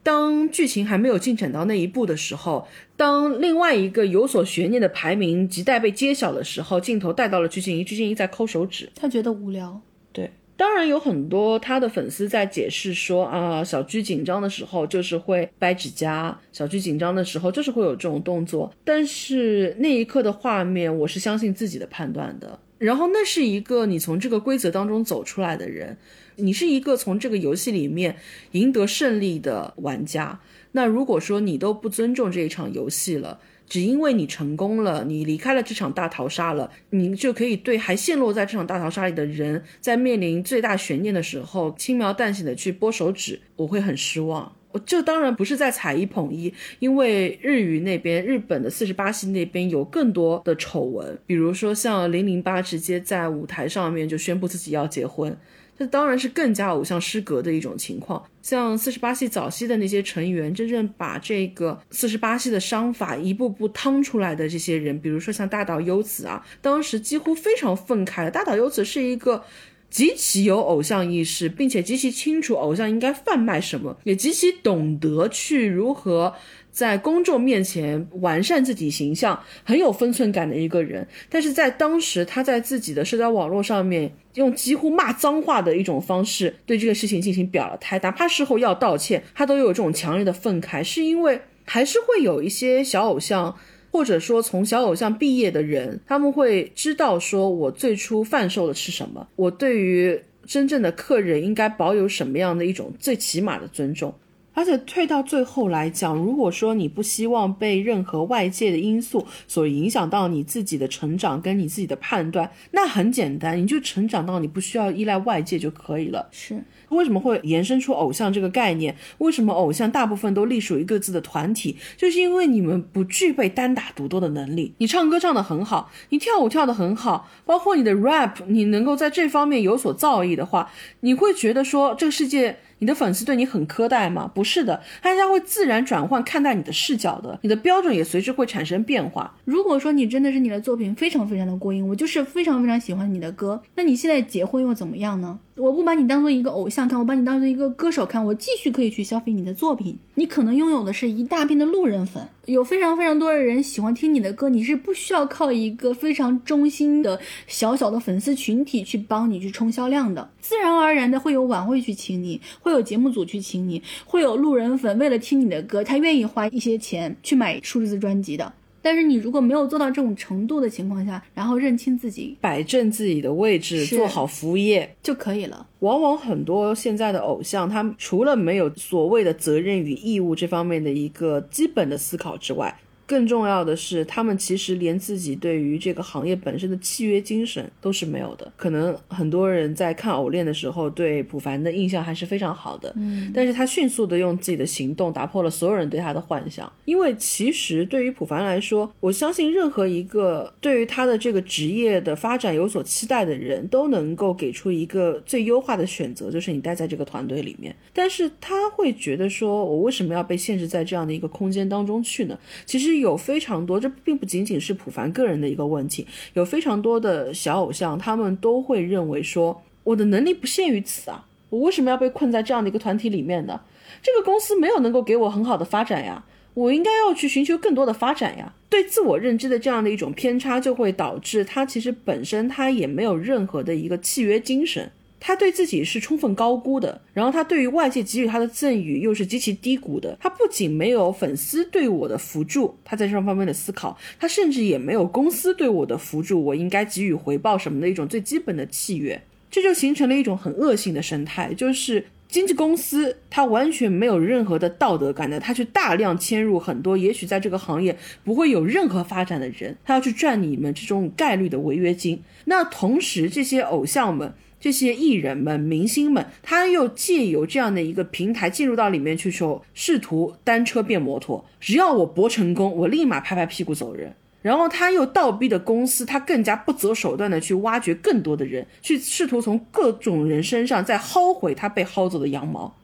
当剧情还没有进展到那一步的时候，当另外一个有所悬念的排名亟待被揭晓的时候，镜头带到了鞠婧祎，鞠婧祎在抠手指， 他觉得无聊。 对，当然有很多他的粉丝在解释说啊，小鞠紧张的时候就是会掰指甲，小鞠紧张的时候就是会有这种动作，但是那一刻的画面我是相信自己的判断的。然后那是一个你从这个规则当中走出来的人，你是一个从这个游戏里面赢得胜利的玩家，那如果说你都不尊重这一场游戏了，只因为你成功了，你离开了这场大逃杀了，你就可以对还陷落在这场大逃杀里的人，在面临最大悬念的时候轻描淡写的去剥手指，我会很失望。这当然不是在踩一捧一，因为日语那边，日本的48系那边有更多的丑闻，比如说像008直接在舞台上面就宣布自己要结婚，这当然是更加偶像失格的一种情况。像48系早期的那些成员，真正把这个48系的商法一步步趟出来的这些人，比如说像大岛优子啊，当时几乎非常愤慨的。大岛优子是一个极其有偶像意识，并且极其清楚偶像应该贩卖什么，也极其懂得去如何在公众面前完善自己形象，很有分寸感的一个人。但是在当时，他在自己的社交网络上面用几乎骂脏话的一种方式对这个事情进行表了态，哪怕事后要道歉，他都有这种强烈的愤慨，是因为还是会有一些小偶像，或者说从小偶像毕业的人，他们会知道说我最初贩售的是什么，我对于真正的客人应该保有什么样的一种最起码的尊重。而且退到最后来讲，如果说你不希望被任何外界的因素所影响到你自己的成长跟你自己的判断，那很简单，你就成长到你不需要依赖外界就可以了。 是为什么会延伸出偶像这个概念？为什么偶像大部分都隶属于各自的团体？就是因为你们不具备单打独斗的能力。你唱歌唱得很好，你跳舞跳得很好，包括你的 rap， 你能够在这方面有所造诣的话，你会觉得说这个世界你的粉丝对你很苛待吗？不是的，大家会自然转换看待你的视角的，你的标准也随之会产生变化。 如果说你真的是你的作品非常非常的过硬，我就是非常非常喜欢你的歌，那你现在结婚又怎么样呢？我不把你当做一个偶像看，我把你当做一个歌手看，我继续可以去消费你的作品。你可能拥有的是一大片的路人粉，有非常非常多的人喜欢听你的歌，你是不需要靠一个非常忠心的小小的粉丝群体去帮你去冲销量的，自然而然的会有晚会去请你，会有节目组去请你，会有路人粉为了听你的歌，他愿意花一些钱去买数字专辑的。但是你如果没有做到这种程度的情况下，然后认清自己， 摆正自己的位置，做好服务业就可以了。 往往很多现在的偶像，他们除了没有所谓的责任与义务这方面的一个基本的思考之外，更重要的是他们其实连自己对于这个行业本身的契约精神都是没有的。可能很多人在看偶恋的时候对朴凡的印象还是非常好的，但是他迅速的用自己的行动打破了所有人对他的幻想。因为其实对于朴凡来说，我相信任何一个对于他的这个职业的发展有所期待的人都能够给出一个最优化的选择，就是你待在这个团队里面。但是他会觉得说，我为什么要被限制在这样的一个空间当中去呢？其实有非常多，这并不仅仅是朴凡个人的一个问题，有非常多的小偶像，他们都会认为说，我的能力不限于此啊，我为什么要被困在这样的一个团体里面呢？这个公司没有能够给我很好的发展呀，我应该要去寻求更多的发展呀。对自我认知的这样的一种偏差，就会导致他其实本身他也没有任何的一个契约精神，他对自己是充分高估的，然后他对于外界给予他的赠予又是极其低估的。他不仅没有粉丝对我的扶助，他在这方面的思考，他甚至也没有公司对我的扶助，我应该给予回报什么的一种最基本的契约。这就形成了一种很恶性的生态，就是经纪公司它完全没有任何的道德感的，它去大量迁入很多也许在这个行业不会有任何发展的人，它要去赚你们这种概率的违约金。那同时这些偶像们，这些艺人们，明星们，他又借由这样的一个平台进入到里面去说，试图单车变摩托，只要我博成功，我立马拍拍屁股走人。然后他又倒逼的公司，他更加不择手段的去挖掘更多的人，去试图从各种人身上再薅回他被薅走的羊毛。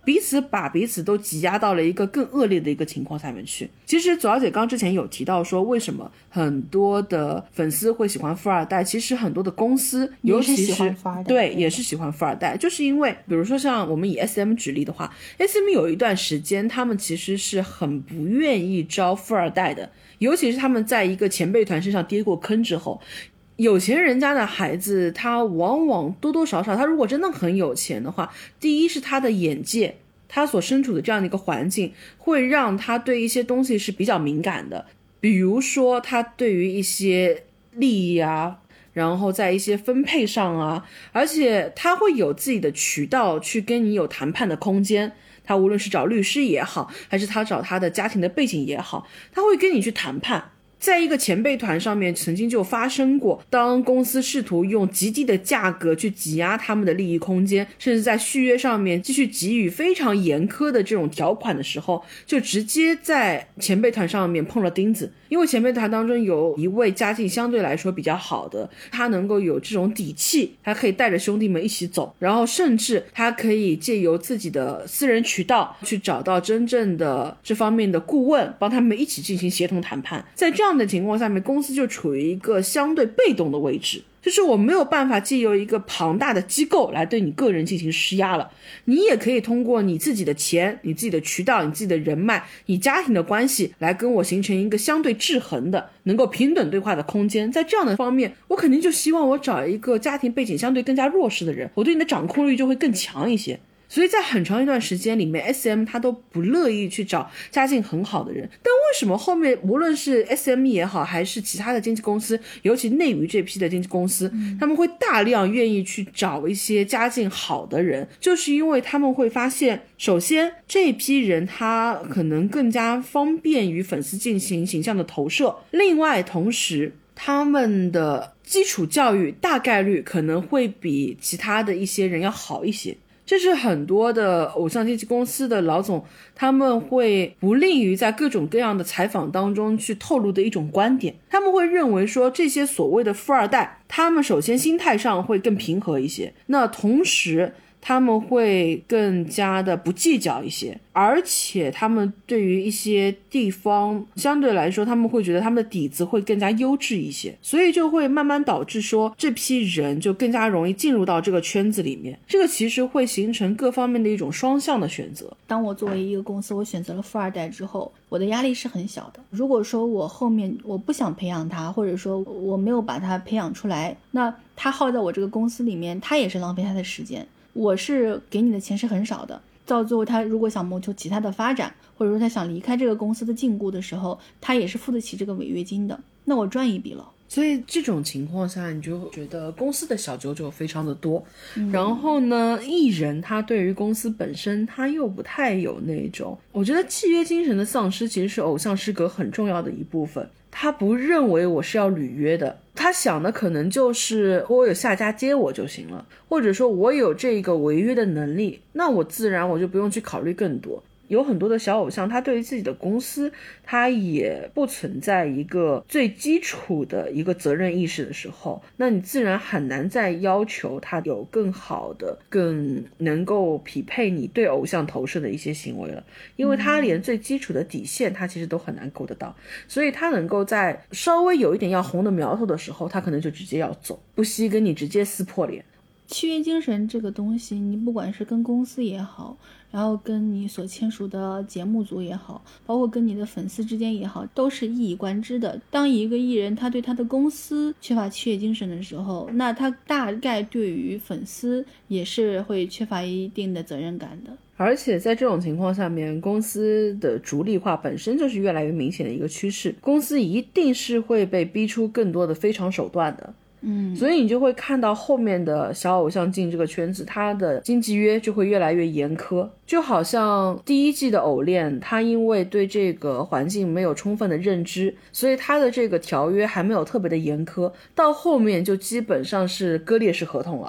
彼此把彼此都挤压到了一个更恶劣的一个情况下面去。其实左小姐刚之前有提到说，为什么很多的粉丝会喜欢富二代，其实很多的公司尤其是对也是喜欢富二代，就是因为比如说像我们以 SM 举例的话， SM 有一段时间他们其实是很不愿意招富二代的，尤其是他们在一个前辈团身上跌过坑之后，有钱人家的孩子他往往多多少少，他如果真的很有钱的话，第一是他的眼界，他所身处的这样的一个环境会让他对一些东西是比较敏感的，比如说他对于一些利益啊，然后在一些分配上啊，而且他会有自己的渠道去跟你有谈判的空间，他无论是找律师也好，还是他找他的家庭的背景也好，他会跟你去谈判。在一个前辈团上面曾经就发生过，当公司试图用极低的价格去挤压他们的利益空间，甚至在续约上面继续给予非常严苛的这种条款的时候，就直接在前辈团上面碰了钉子。因为前辈团当中有一位家境相对来说比较好的，他能够有这种底气，他可以带着兄弟们一起走，然后甚至他可以借由自己的私人渠道去找到真正的这方面的顾问，帮他们一起进行协同谈判。在这样的情况下面，公司就处于一个相对被动的位置，就是我没有办法借由一个庞大的机构来对你个人进行施压了，你也可以通过你自己的钱，你自己的渠道，你自己的人脉，你家庭的关系来跟我形成一个相对制衡的能够平等对话的空间。在这样的方面，我肯定就希望我找一个家庭背景相对更加弱势的人，我对你的掌控力就会更强一些。所以在很长一段时间里面 SM 他都不乐意去找家境很好的人，但为什么后面无论是 SM 也好，还是其他的经纪公司，尤其内娱这批的经纪公司，他们会大量愿意去找一些家境好的人，就是因为他们会发现，首先这批人他可能更加方便于粉丝进行形象的投射，另外同时他们的基础教育大概率可能会比其他的一些人要好一些。这是很多的偶像经纪公司的老总他们会不利于在各种各样的采访当中去透露的一种观点，他们会认为说这些所谓的富二代，他们首先心态上会更平和一些，那同时他们会更加的不计较一些，而且他们对于一些地方相对来说他们会觉得他们的底子会更加优质一些，所以就会慢慢导致说这批人就更加容易进入到这个圈子里面，这个其实会形成各方面的一种双向的选择。 当我作为一个公司我选择了富二代之后，我的压力是很小的，如果说我后面我不想培养他，或者说我没有把他培养出来，那他耗在我这个公司里面，他也是浪费他的时间，我是给你的钱是很少的，到最后他如果想谋求其他的发展，或者说他想离开这个公司的禁锢的时候，他也是付得起这个违约金的，那我赚一笔了。 所以这种情况下你就觉得公司的小九九非常的多，然后呢艺人他对于公司本身他又不太有那种，我觉得契约精神的丧失其实是偶像失格很重要的一部分，他不认为我是要履约的，他想的可能就是我有下家接我就行了，或者说我有这个违约的能力，那我自然我就不用去考虑更多。有很多的小偶像他对于自己的公司他也不存在一个最基础的一个责任意识的时候，那你自然很难再要求他有更好的更能够匹配你对偶像投射的一些行为了，因为他连最基础的底线他其实都很难够得到，所以他能够在稍微有一点要红的苗头的时候，他可能就直接要走，不惜跟你直接撕破脸。 契约精神这个东西，你不管是跟公司也好，然后跟你所签署的节目组也好，包括跟你的粉丝之间也好，都是一以贯之的。当一个艺人他对他的公司缺乏契约精神的时候，那他大概对于粉丝也是会缺乏一定的责任感的。 而且在这种情况下面，公司的逐利化本身就是越来越明显的一个趋势，公司一定是会被逼出更多的非常手段的。所以你就会看到后面的小偶像进这个圈子，他的经纪约就会越来越严苛，就好像第一季的偶恋，他因为对这个环境没有充分的认知，所以他的这个条约还没有特别的严苛，到后面就基本上是割裂式合同了。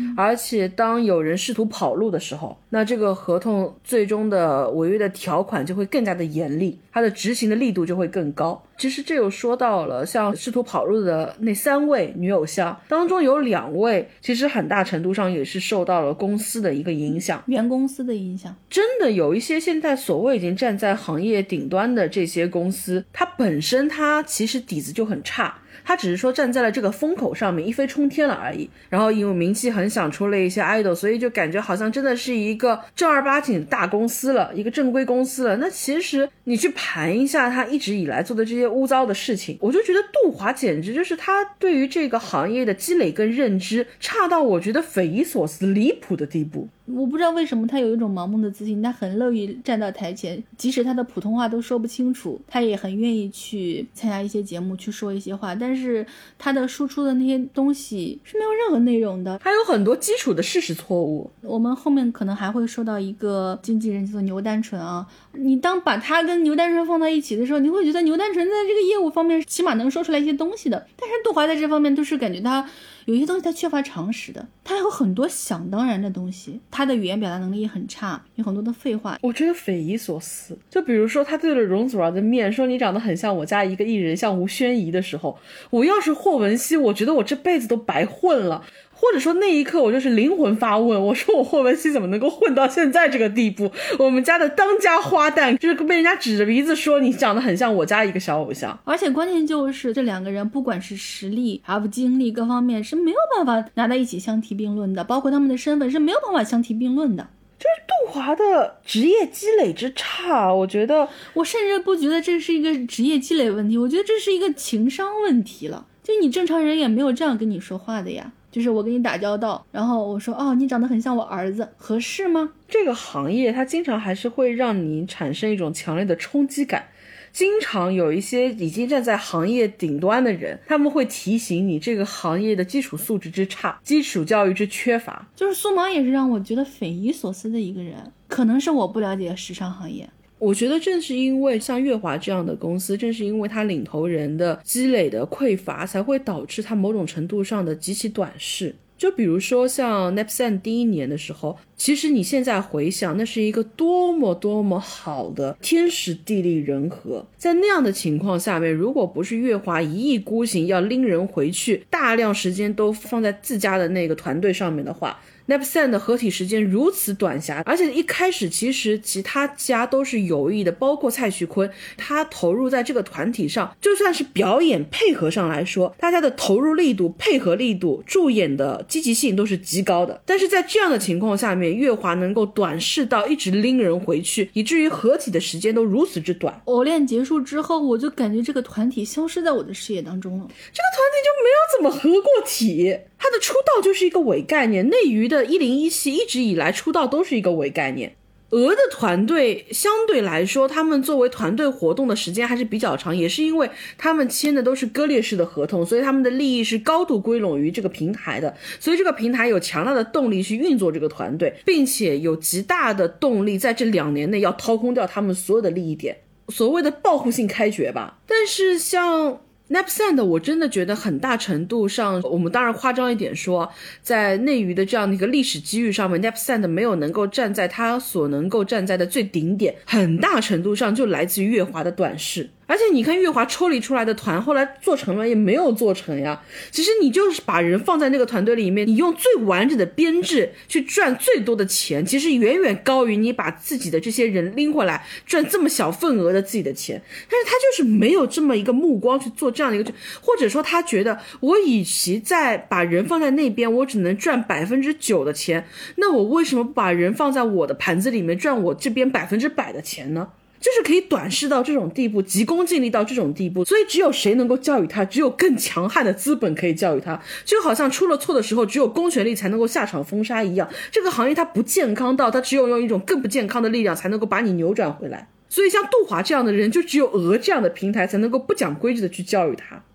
而且当有人试图跑路的时候，那这个合同最终的违约的条款就会更加的严厉，它的执行的力度就会更高。其实这又说到了像试图跑路的那3位女偶像当中，有2位其实很大程度上也是受到了公司的一个影响， 原公司的影响。 真的有一些现在所谓已经站在行业顶端的这些公司，它本身它其实底子就很差，他只是说站在了这个风口上面一飞冲天了而已，然后因为名气很响出了一些 idol， 所以就感觉好像真的是一个正儿八经大公司了，一个正规公司了。那其实你去盘一下他一直以来做的这些污糟的事情，我就觉得杜华简直就是他对于这个行业的积累跟认知差到我觉得匪夷所思离谱的地步。 我不知道为什么他有一种盲目的自信，他很乐于站到台前，即使他的普通话都说不清楚，他也很愿意去参加一些节目去说一些话，但是他的输出的那些东西是没有任何内容的， 还有很多基础的事实错误。 我们后面可能还会说到一个经纪人叫做牛丹纯啊，你当把他跟牛丹纯放在一起的时候，你会觉得牛丹纯在这个业务方面起码能说出来一些东西的，但是杜华在这方面都是感觉他有一些东西他缺乏常识的，他有很多想当然的东西，他的语言表达能力也很差，有很多的废话， 我觉得匪夷所思。就比如说他对着容祖儿的面说你长得很像我家一个艺人，像吴宣仪的时候，我要是霍汶希，我觉得我这辈子都白混了，或者说那一刻我就是灵魂发问，我说我霍汶希怎么能够混到现在这个地步，我们家的当家花旦就是被人家指着鼻子说你长得很像我家一个小偶像。 而且关键就是这2个人不管是实力还有经历各方面是没有办法拿在一起相提并论的，包括他们的身份是没有办法相提并论的。 就是杜华的职业积累之差，我觉得我甚至不觉得这是一个职业积累问题，我觉得这是一个情商问题了，就你正常人也没有这样跟你说话的呀，就是我跟你打交道，然后我说哦，你长得很像我儿子，合适吗？ 这个行业它经常还是会让你产生一种强烈的冲击感，经常有一些已经站在行业顶端的人，他们会提醒你这个行业的基础素质之差，基础教育之缺乏。 就是苏芒也是让我觉得匪夷所思的一个人，可能是我不了解时尚行业。 我觉得正是因为像乐华这样的公司，正是因为它领头人的积累的匮乏，才会导致它某种程度上的极其短视。就比如说像 Nepsan 第1年的时候，其实你现在回想，那是一个多么多么好的天时地利人和。在那样的情况下面，如果不是乐华一意孤行要拎人回去，大量时间都放在自家的那个团队上面的话，Nepsan 的合体时间如此短狭，而且一开始其实其他家都是有意的，包括蔡徐坤，他投入在这个团体上，就算是表演配合上来说，大家的投入力度、配合力度、助演的积极性都是极高的。但是在这样的情况下面，乐华能够短视到一直拎人回去，以至于合体的时间都如此之短。 偶练结束之后，我就感觉这个团体消失在我的视野当中了， 这个团体就没有怎么合过体，他的出道就是一个伪概念，内娱的101系一直以来出道都是一个伪概念。鹅的团队相对来说，他们作为团队活动的时间还是比较长，也是因为他们签的都是割裂式的合同，所以他们的利益是高度归拢于这个平台的，所以这个平台有强大的动力去运作这个团队，并且有极大的动力在这2年内要掏空掉他们所有的利益点，所谓的报复性开掘吧。但是像Nepsan 的我真的觉得很大程度上，我们当然夸张一点说，在内娱的这样的一个历史机遇上面， Nepsan 的没有能够站在他所能够站在的最顶点，很大程度上就来自于乐华的短视。而且你看乐华抽离出来的团后来做成了也没有做成呀，其实你就是把人放在那个团队里面，你用最完整的编制去赚最多的钱，其实远远高于你把自己的这些人拎回来赚这么小份额的自己的钱。但是他就是没有这么一个目光去做这样的一个，或者说他觉得我与其在把人放在那边我只能赚 9% 的钱，那我为什么不把人放在我的盘子里面赚我这边 100% 的钱呢？就是可以短视到这种地步，急功近利到这种地步，所以只有谁能够教育他，只有更强悍的资本可以教育他，就好像出了错的时候只有公权力才能够下场封杀一样，这个行业它不健康到它只有用一种更不健康的力量才能够把你扭转回来。所以像杜华这样的人，就只有鹅这样的平台才能够不讲规矩的去教育他。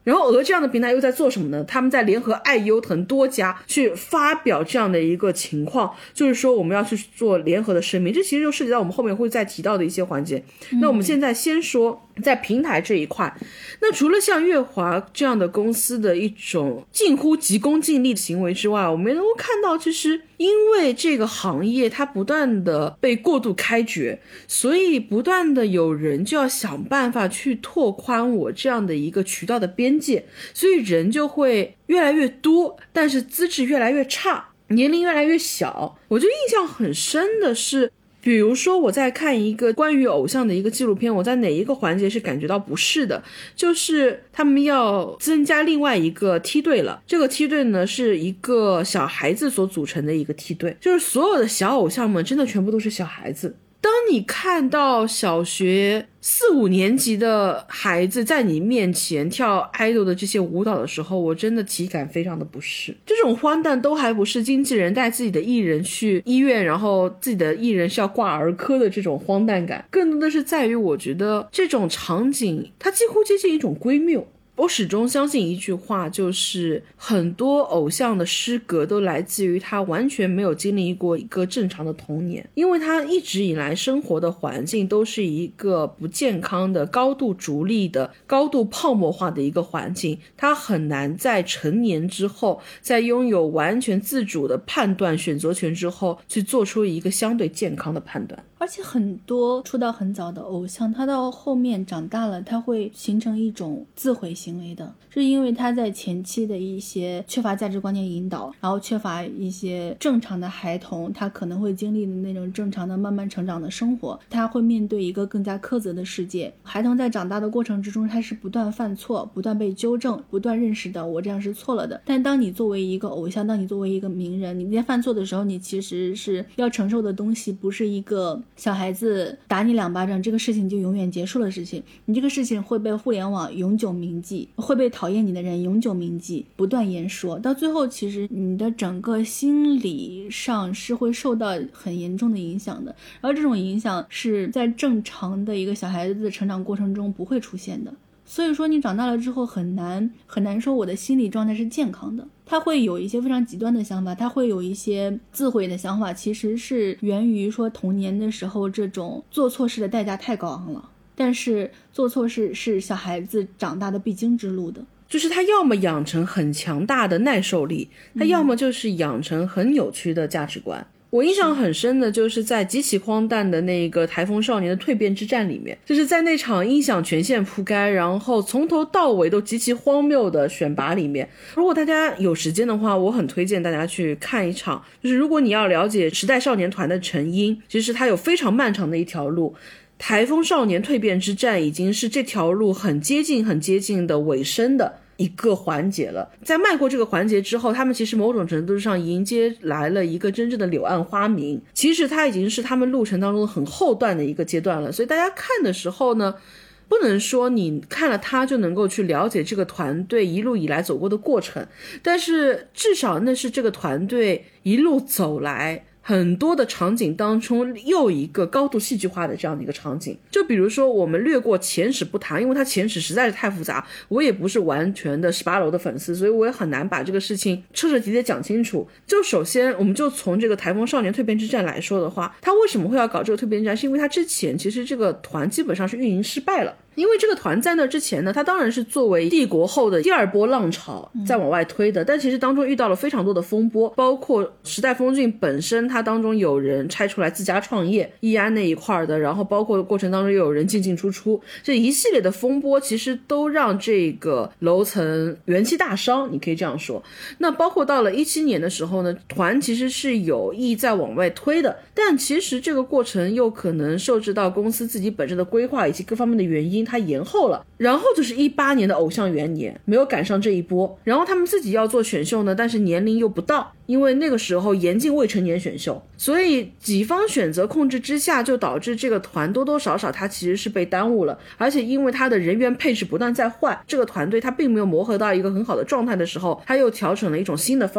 然后这样的平台又在做什么呢？他们在联合爱优腾多家去发表这样的一个情况，就是说我们要去做联合的声明，这其实就涉及到我们后面会再提到的一些环节。那我们现在先说在平台这一块，那除了像乐华这样的公司的一种近乎急功近利的行为之外，我们能够看到其实因为这个行业它不断的被过度开掘，所以不断的有人就要想办法去拓宽我这样的一个渠道的边界，所以人就会越来越多，但是资质越来越差，年龄越来越小。我就印象很深的是，比如说我在看一个关于偶像的一个纪录片，我在哪一个环节是感觉到不适的，就是他们要增加另外一个梯队了。这个梯队呢是一个小孩子所组成的一个梯队，就是所有的小偶像们真的全部都是小孩子。当你看到小学4、5年级的孩子在你面前跳 idol 的这些舞蹈的时候，我真的体感非常的不适。这种荒诞都还不是经纪人带自己的艺人去医院，然后自己的艺人是要挂儿科的这种荒诞感，更多的是在于我觉得这种场景它几乎接近一种归谬。我始终相信一句话，就是很多偶像的失格都来自于他完全没有经历过一个正常的童年，因为他一直以来生活的环境都是一个不健康的、高度逐利的、高度泡沫化的一个环境，他很难在成年之后，在拥有完全自主的判断选择权之后，去做出一个相对健康的判断。 而且很多出道很早的偶像，他到后面长大了，他会形成一种自毁行为的，是因为他在前期的一些缺乏价值观念引导，然后缺乏一些正常的孩童他可能会经历的那种正常的慢慢成长的生活，他会面对一个更加苛责的世界。孩童在长大的过程之中，他是不断犯错，不断被纠正，不断认识到我这样是错了的。但当你作为一个偶像，当你作为一个名人，你在犯错的时候，你其实是要承受的东西不是一个小孩子打你2巴掌这个事情就永远结束的事情，你这个事情会被互联网永久铭记，会被讨厌你的人永久铭记，不断言说，到最后其实你的整个心理上是会受到很严重的影响的，然后这种影响是在正常的一个小孩子的成长过程中不会出现的。所以说你长大了之后很难说我的心理状态是健康的，他会有一些非常极端的想法，他会有一些自毁的想法，其实是源于说童年的时候这种做错事的代价太高昂了，但是做错事是小孩子长大的必经之路的， 就是他要么养成很强大的耐受力，他要么就是养成很扭曲的价值观。我印象很深的就是在极其荒诞的那个台风少年的蜕变之战里面，就是在那场音响全线铺盖，然后从头到尾都极其荒谬的选拔里面，如果大家有时间的话，我很推荐大家去看一场，就是如果你要了解时代少年团的成因，其实它有非常漫长的一条路，台风少年蜕变之战已经是这条路很接近的尾声的一个环节了。在迈过这个环节之后，他们其实某种程度上迎接来了一个真正的柳暗花明，其实它已经是他们路程当中很后段的一个阶段了。所以大家看的时候呢，不能说你看了它就能够去了解这个团队一路以来走过的过程，但是至少那是这个团队一路走来很多的场景当中又一个高度戏剧化的这样的一个场景。就比如说我们略过前史不谈，因为它前史实在是太复杂，我也不是完全的18楼的粉丝，所以我也很难把这个事情彻彻底底讲清楚。就首先我们就从这个台风少年蜕变之战来说的话，他为什么会要搞这个蜕变之战，是因为他之前其实这个团基本上是运营失败了。因为这个团在那之前呢，它当然是作为帝国后的第二波浪潮在往外推的，但其实当中遇到了非常多的风波，包括时代峰峻本身它当中有人拆出来自家创业，易安那一块的，然后包括过程当中又有人进出，这一系列的风波其实都让这个楼层元气大伤，你可以这样说。那包括到了17年的时候呢，团其实是有意在往外推的，但其实这个过程又可能受制到公司自己本身的规划以及各方面的原因，它延后了。然后就是18年的偶像元年没有赶上这一波，然后他们自己要做选秀呢，但是年龄又不到，因为那个时候严禁未成年选秀，所以几方选择控制之下，就导致这个团多多少少它其实是被耽误了。而且因为它的人员配置不断在换，这个团队它并没有磨合到一个很好的状态的时候，它又调整了一种新的方案，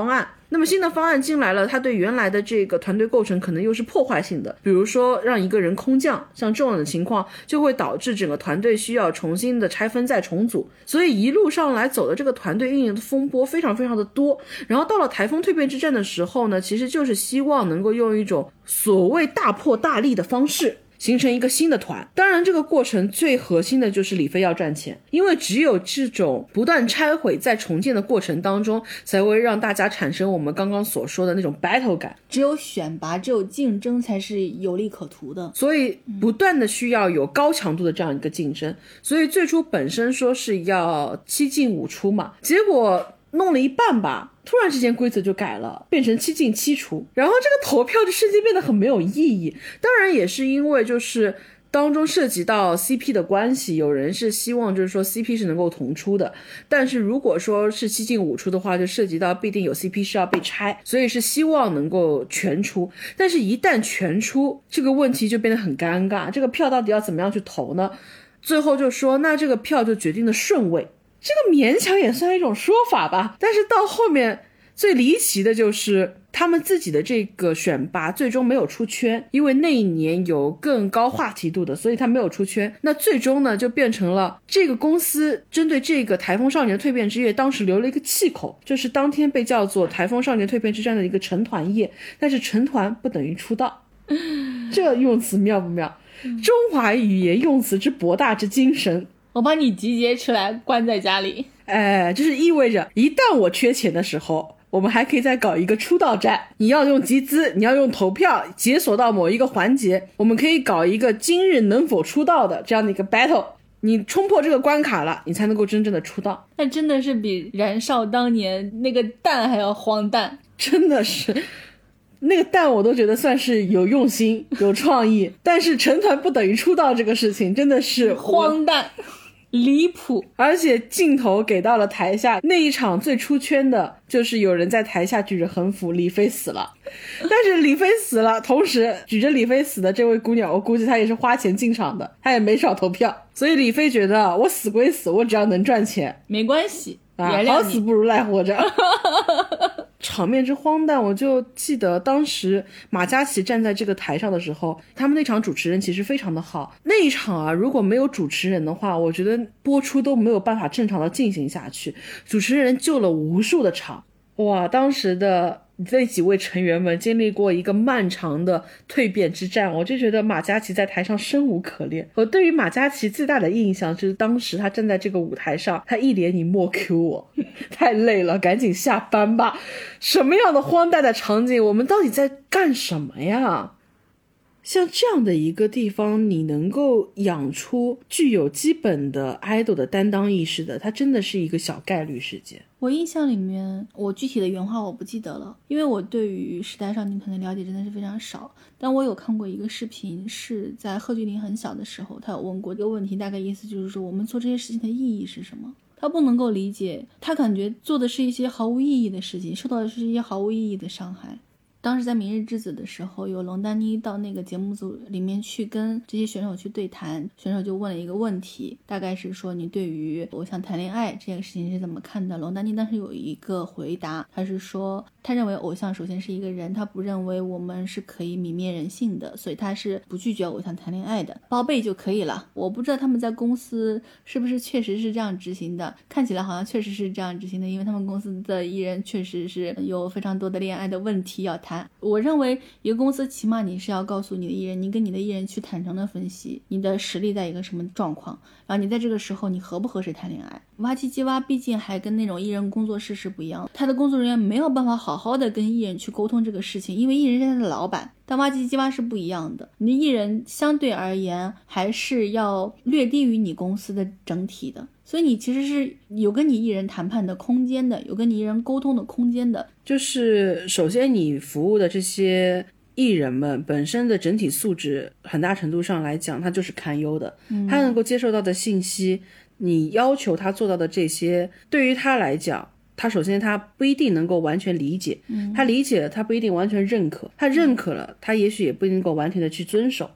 那么新的方案进来了，它对原来的这个团队构成可能又是破坏性的，比如说让一个人空降，像这种的情况就会导致整个团队需要重新的拆分再重组，所以一路上来走的这个团队运营的风波非常非常的多。然后到了台风蜕变之战的时候呢，其实就是希望能够用一种所谓大破大立的方式形成一个新的团。当然这个过程最核心的就是李飞要赚钱，因为只有这种不断拆毁再重建的过程当中，才会让大家产生我们刚刚所说的那种 battle 感。 只有选拔，只有竞争才是有利可图的， 所以不断的需要有高强度的这样一个竞争。所以最初本身说是要7进5出嘛，结果弄了一半吧，突然之间规则就改了，变成7进7出，然后这个投票就瞬间变得很没有意义。当然也是因为就是当中涉及到 CP 的关系，有人是希望就是说 CP 是能够同出的，但是如果说是7进5出的话，就涉及到必定有 CP 是要被拆，所以是希望能够全出。但是一旦全出，这个问题就变得很尴尬，这个票到底要怎么样去投呢？最后就说那这个票就决定了顺位，这个勉强也算一种说法吧。但是到后面最离奇的就是他们自己的这个选拔最终没有出圈，因为那一年有更高话题度的，所以他没有出圈。那最终呢就变成了这个公司针对这个台风少年蜕变之夜当时留了一个气口，就是当天被叫做台风少年蜕变之战的一个成团夜，但是成团不等于出道。这用词妙不妙？中华语言用词之博大之精神， 我把你集结出来关在家里。 就是意味着一旦我缺钱的时候，我们还可以再搞一个出道战，你要用集资，你要用投票解锁到某一个环节，我们可以搞一个今日能否出道的这样的一个 battle， 你冲破这个关卡了，你才能够真正的出道。 那真的是比燃烧当年那个蛋还要荒诞， 真的是那个蛋我都觉得算是有用心有创意，但是成团不等于出道这个事情真的是荒诞离谱。 而且镜头给到了台下，那一场最出圈的就是有人在台下举着横幅，李飞死了。但是李飞死了，同时举着李飞死的这位姑娘，我估计她也是花钱进场的，她也没少投票，所以李飞觉得我死归死，我只要能赚钱没关系， 好死不如赖活着。场面之荒诞，我就记得当时马嘉祺站在这个台上的时候，他们那场主持人其实非常的好。那一场啊，如果没有主持人的话，我觉得播出都没有办法正常的进行下去。主持人救了无数的场，哇，当时的这几位成员们经历过一个漫长的蜕变之战，我就觉得马嘉祺在台上生无可恋。我对于马嘉祺最大的印象就是当时他站在这个舞台上，他一脸你莫 Q 我太累了赶紧下班吧。什么样的荒诞的场景，我们到底在干什么呀？像这样的一个地方，你能够养出具有基本的 idol 的担当意识的，它真的是一个小概率事件。 我印象里面，我具体的原话我不记得了，因为我对于时代少年团的了解真的是非常少。但我有看过一个视频，是在贺峻霖很小的时候，他有问过这个问题，大概意思就是说，我们做这些事情的意义是什么？他不能够理解，他感觉做的是一些毫无意义的事情，受到的是一些毫无意义的伤害。当时在明日之子的时候，有龙丹妮到那个节目组里面去跟这些选手去对谈，选手就问了一个问题，大概是说你对于偶像谈恋爱这件事情是怎么看的。龙丹妮当时有一个回答，他是说他认为偶像首先是一个人，他不认为我们是可以泯灭人性的，所以他是不拒绝偶像谈恋爱的，报备就可以了。我不知道他们在公司是不是确实是这样执行的，看起来好像确实是这样执行的，因为他们公司的艺人确实是有非常多的恋爱的问题要谈。我认为一个公司起码你是要告诉你的艺人，你跟你的艺人去坦诚的分析你的实力在一个什么状况，然后你在这个时候你合不合适谈恋爱。挖机机挖毕竟还跟那种艺人工作室是不一样，他的工作人员没有办法好好的跟艺人去沟通这个事情，因为艺人是他的老板，但挖机机挖是不一样的，你的艺人相对而言还是要略低于你公司的整体的，所以你其实是有跟你艺人谈判的空间的，有跟你艺人沟通的空间的。就是首先你服务的这些艺人们本身的整体素质很大程度上来讲他就是堪忧的，他能够接受到的信息，你要求他做到的这些，对于他来讲他首先他不一定能够完全理解，他理解了他不一定完全认可，他认可了他也许也不能够完全的去遵守。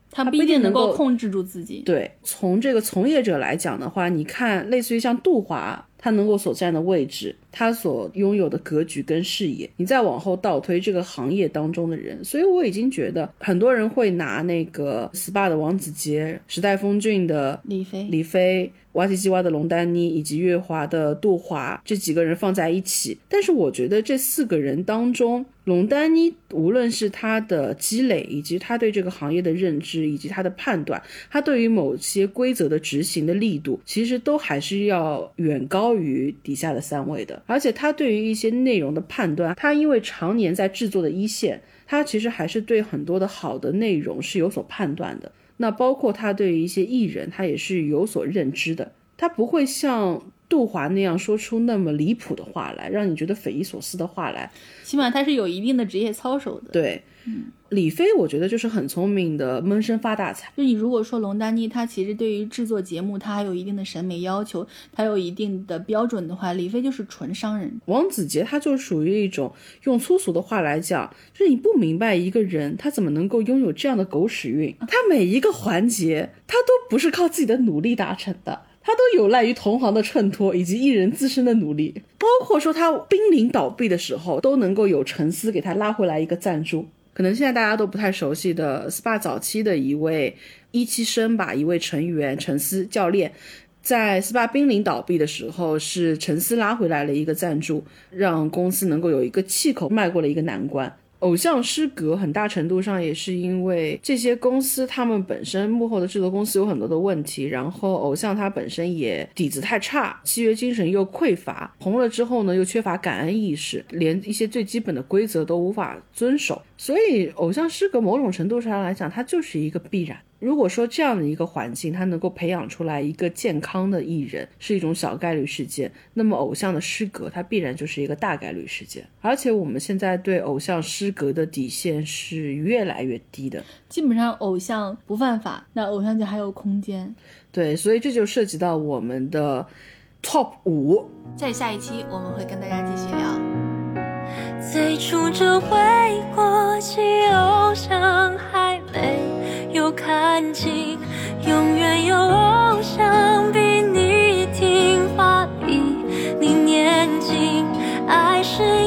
他不一定能够控制住自己。 对，从这个从业者来讲的话，你看类似于像杜华他能够所占的位置，他所拥有的格局跟视野，你再往后倒推这个行业当中的人，所以我已经觉得很多人会拿那个 SPA 的王子杰、时代峰峻的李飞、瓦吉基蛙的龙丹妮以及月华的杜华这几个人放在一起，但是我觉得这4个人当中，龙丹妮无论是他的积累以及他对这个行业的认知以及他的判断，他对于某些规则的执行的力度其实都还是要远高于底下的3位的，而且他对于一些内容的判断，他因为常年在制作的一线，他其实还是对很多的好的内容是有所判断的，那包括他对于一些艺人他也是有所认知的，他不会像杜华那样说出那么离谱的话来，让你觉得匪夷所思的话来， 起码他是有一定的职业操守的。 对，李飞我觉得就是很聪明的闷声发大财。 就你如果说龙丹妮他其实对于制作节目他还有一定的审美要求，他有一定的标准的话，李飞就是纯商人。 王子杰他就属于一种用粗俗的话来讲，就是你不明白一个人他怎么能够拥有这样的狗屎运，他每一个环节他都不是靠自己的努力达成的，他都有赖于同行的衬托以及艺人自身的努力，包括说他濒临倒闭的时候都能够有陈思给他拉回来一个赞助。可能现在大家都不太熟悉的 SPA 早期的一位17生吧，一位成员陈思教练，在 SPA 濒临倒闭的时候是陈思拉回来了一个赞助，让公司能够有一个气口，迈过了一个难关。偶像失格很大程度上也是因为这些公司他们本身幕后的制作公司有很多的问题，然后偶像他本身也底子太差，契约精神又匮乏，红了之后呢又缺乏感恩意识，连一些最基本的规则都无法遵守，所以偶像失格某种程度上来讲它就是一个必然。如果说这样的一个环境它能够培养出来一个健康的艺人是一种小概率事件，那么偶像的失格它必然就是一个大概率事件。而且我们现在对偶像失格的底线是越来越低的， 基本上偶像不犯法，那偶像就还有空间。 对，所以这就涉及到我们的 Top 5。 在下一期我们会跟大家继续聊。 最初这回过气偶像还没有看清，永远有偶像比你听话比你年轻，爱是